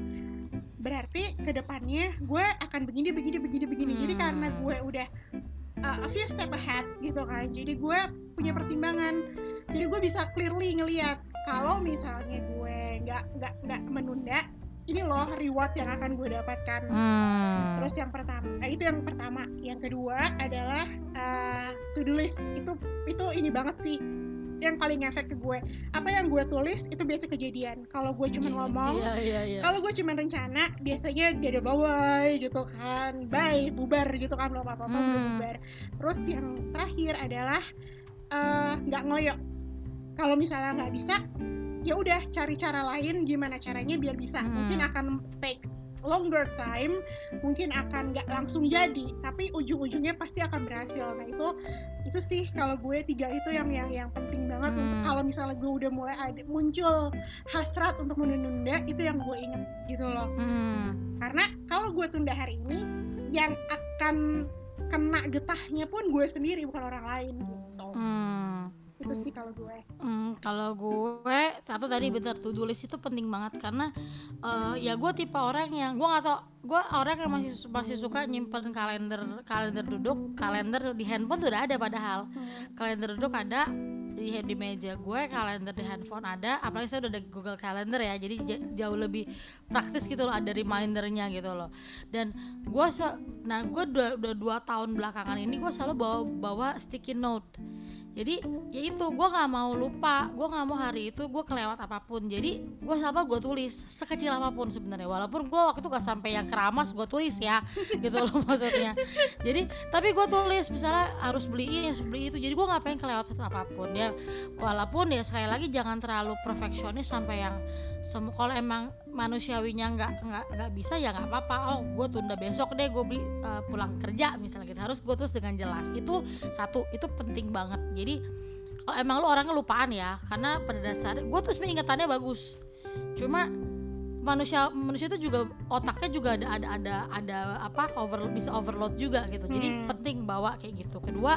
berarti ke depannya gue akan begini begini begini begini. Jadi Hmm. karena gue udah uh, a few step ahead gitu kan, jadi gue punya pertimbangan, jadi gue bisa clearly ngelihat kalau misalnya gue nggak nggak nggak menunda, ini loh reward yang akan gue dapatkan. Hmm. Terus yang pertama, eh, itu yang pertama. Yang kedua adalah uh, to do list. Itu itu ini banget sih, yang paling efek ke gue. Apa yang gue tulis itu biasa kejadian. Kalau gue cuma ngomong, Iya iya iya. kalau gue cuma rencana, biasanya dia ada bawai gitu kan, bye, bubar gitu kan, belum apa-apa, Hmm. belum bubar. Terus yang terakhir adalah eh, nggak ngoyo. Kalau misalnya nggak bisa, ya udah cari cara lain, gimana caranya biar bisa. Hmm. Mungkin akan take longer time, mungkin akan nggak langsung jadi, tapi ujung-ujungnya pasti akan berhasil. Nah itu itu sih kalau gue tiga itu yang yang yang penting banget. Hmm. Untuk kalau misalnya gue udah mulai ada muncul hasrat untuk menunda, itu yang gue inget gitu loh. Hmm. Karena kalau gue tunda hari ini, yang akan kena getahnya pun gue sendiri, bukan orang lain gitu. Hmm. Itu sih kalau gue. Hmm, kalau gue satu tadi bener, to do list itu penting banget karena uh, ya gue tipe orang yang gue nggak tau, gue orang yang masih masih suka nyimpen kalender kalender duduk, kalender di handphone tuh udah ada padahal Hmm. kalender duduk ada di, di meja gue, kalender di handphone ada, apalagi saya udah ada Google Calendar ya, jadi j- jauh lebih praktis gitu loh, ada remindernya gitu loh. Dan gue se- nah gue udah, udah dua tahun belakangan ini gue selalu bawa bawa sticky note. Jadi ya itu, gue nggak mau lupa, gue nggak mau hari itu gue kelewat apapun. Jadi gue sama gue tulis sekecil apapun sebenarnya, walaupun gue waktu itu gak sampai yang keramas gue tulis ya, gitu loh maksudnya. Jadi tapi gue tulis misalnya harus beli ini, harus beli itu. Jadi gue nggak pengen kelewat satu apapun ya. Walaupun ya sekali lagi jangan terlalu perfeksionis sampai yang semua, kalau emang manusiawinya nggak nggak nggak bisa ya nggak apa-apa. Oh gue tunda besok deh, gue beli uh, pulang kerja misalnya gitu, harus gue tulis dengan jelas. Itu satu, itu penting banget. Jadi kalau emang lu orangnya lupaan ya, karena pada dasarnya gue tuh sebenarnya ingatannya bagus, cuma manusia manusia itu juga otaknya juga ada ada ada ada apa over bisa overload juga gitu. Jadi Hmm. penting bawa kayak gitu. Kedua,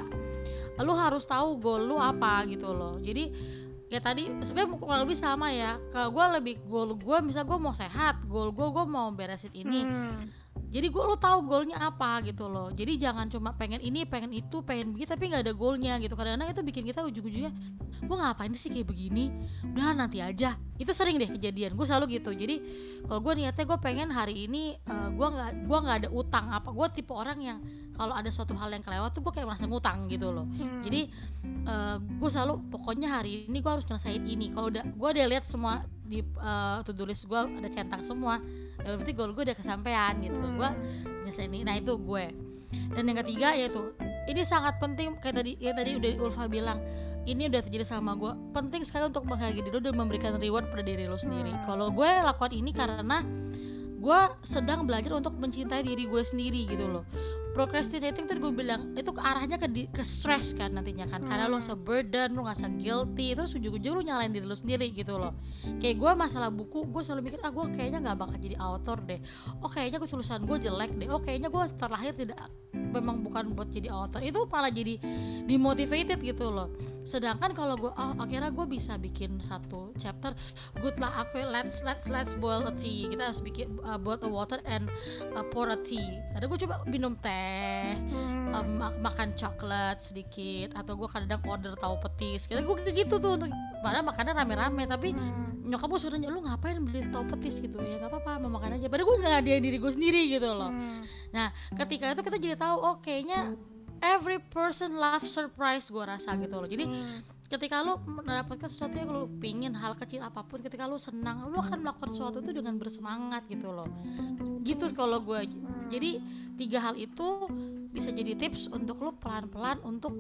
lu harus tahu goal lu apa gitu loh. Jadi ya tadi sebenarnya kurang lebih sama ya. Kalau gue lebih goal gue, misal gue mau sehat, goal gue gue mau beresin ini. Hmm. Jadi gue lu tahu goalnya apa gitu loh. Jadi jangan cuma pengen ini, pengen itu, pengen begitu tapi nggak ada goalnya gitu. Kadang-kadang itu bikin kita ujung-ujungnya, gue ngapain sih kayak begini? Udah nanti aja. Itu sering deh kejadian. Gue selalu gitu. Jadi kalau gue niatnya gue pengen hari ini uh, gue nggak gue nggak ada utang apa. Gue tipe orang yang kalau ada suatu hal yang kelewat tuh gue kayak merasa ngutang gitu loh. Hmm. Jadi uh, gue selalu pokoknya hari ini gue harus nyelesain ini. Kalau udah gue udah lihat semua di uh, to do list gue ada centang semua, ya berarti goal gue udah kesampaian gitu. Hmm. Gue nyelesain ini. Nah itu gue. Dan yang ketiga yaitu ini sangat penting kayak tadi ya tadi udah Ulfa bilang, ini udah terjadi sama gue, penting sekali untuk menghargai diri lo dan memberikan reward pada diri lo sendiri. Hmm. Kalau gue lakukan ini karena gue sedang belajar untuk mencintai diri gue sendiri gitu loh. Procrastinating tuh gue bilang itu ke arahnya ke di, ke stress kan nantinya kan, karena lo ngerasa burden, lo ngerasa guilty, terus ujung-ujung lo nyalain diri lo sendiri gitu loh. Kayak gue masalah buku, gue selalu mikir ah gue kayaknya nggak bakal jadi author deh, oh kayaknya gue tulisan gue jelek deh, oh kayaknya gue terlahir tidak memang bukan buat jadi author. Itu malah jadi demotivated gitu loh. Sedangkan kalau gue oh akhirnya gue bisa bikin satu chapter, good lah aku let's let's let's boil a tea, kita harus bikin uh, boil a water and uh, pour a tea. Karena gue coba minum teh, Hmm. um, makan coklat sedikit, atau gue kadang order tahu petis. Karena gue kayak gitu tuh, untuk padahal makannya rame-rame, tapi Hmm. nyokap gue suruh nanya lu ngapain beli tahu petis gitu. Ya nggak apa-apa, mau makan aja. Padahal gue nggak ngadain diri gue sendiri gitu loh. Hmm. Nah ketika itu kita jadi tahu oh kayaknya every person love surprise, gue rasa gitu loh. Jadi Hmm. ketika lo mendapatkan sesuatu yang lo pingin, hal kecil apapun, ketika lo senang, lo akan melakukan sesuatu itu dengan bersemangat gitu loh. Gitu kalau gue. Jadi tiga hal itu bisa jadi tips untuk lo pelan-pelan untuk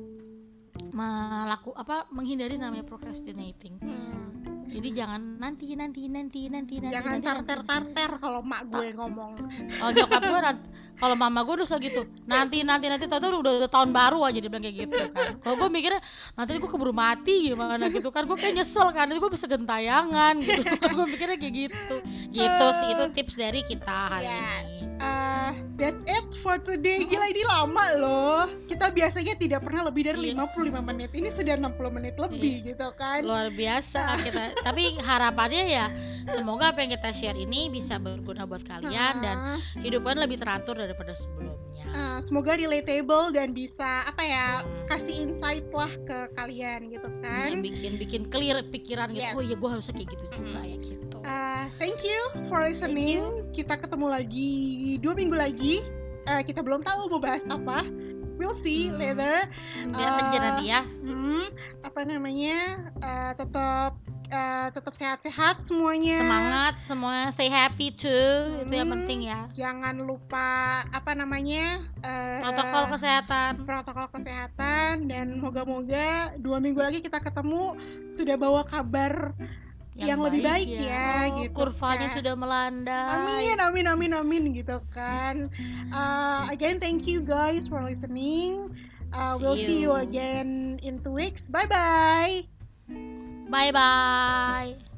melaku apa menghindari namanya procrastinating. Hmm. Jadi jangan nanti nanti nanti nanti nanti Jangan nanti, nanti. tarter-tarter kalau mak gue ngomong. Oh nyokap gue nanti, kalau mama gue udah gitu nanti nanti nanti tau tuh udah, udah tahun baru aja dia bilang kayak gitu kan. Kalau gue mikirnya nanti gue keburu mati gimana gitu kan, gue kayak nyesel kan, nanti gue bisa gentayangan gitu. Gue mikirnya kayak gitu. Gitu sih, itu tips dari kita hari Ya. ini. Uh, that's it for today. Gila ini lama loh. Kita biasanya tidak pernah lebih dari Iya. lima puluh lima menit. Ini sudah enam puluh menit lebih gitu kan. Luar biasa kan kita. Tapi harapannya ya semoga apa yang kita share ini bisa berguna buat kalian dan Ah, hidup kalian lebih teratur daripada sebelumnya. ah, semoga relatable dan bisa apa ya, Hmm. kasih insight lah ke kalian gitu Yang kan. bikin bikin clear pikiran gitu. Yes. Oh iya gue harusnya kayak gitu juga ya gitu. Uh, thank you for listening. Kita ketemu lagi dua minggu lagi. Uh, kita belum tahu mau bahas apa. We'll see Hmm. later. Lihat aja Uh, nanti ya. Hmm, apa namanya? Uh, tetap uh, tetap sehat-sehat semuanya. Semangat semuanya, stay happy too. Itu yang Hmm. penting ya. Jangan lupa apa namanya? Uh, Protokol kesehatan. protokol kesehatan dan moga-moga dua minggu lagi kita ketemu sudah bawa kabar yang lebih baik ya, Oh, gitu kurvanya kan. sudah melandai. Amin, amin, amin, amin gitu kan. Uh, again, thank you guys for listening. Uh, See we'll see you you. again in two weeks. Bye bye. Bye bye.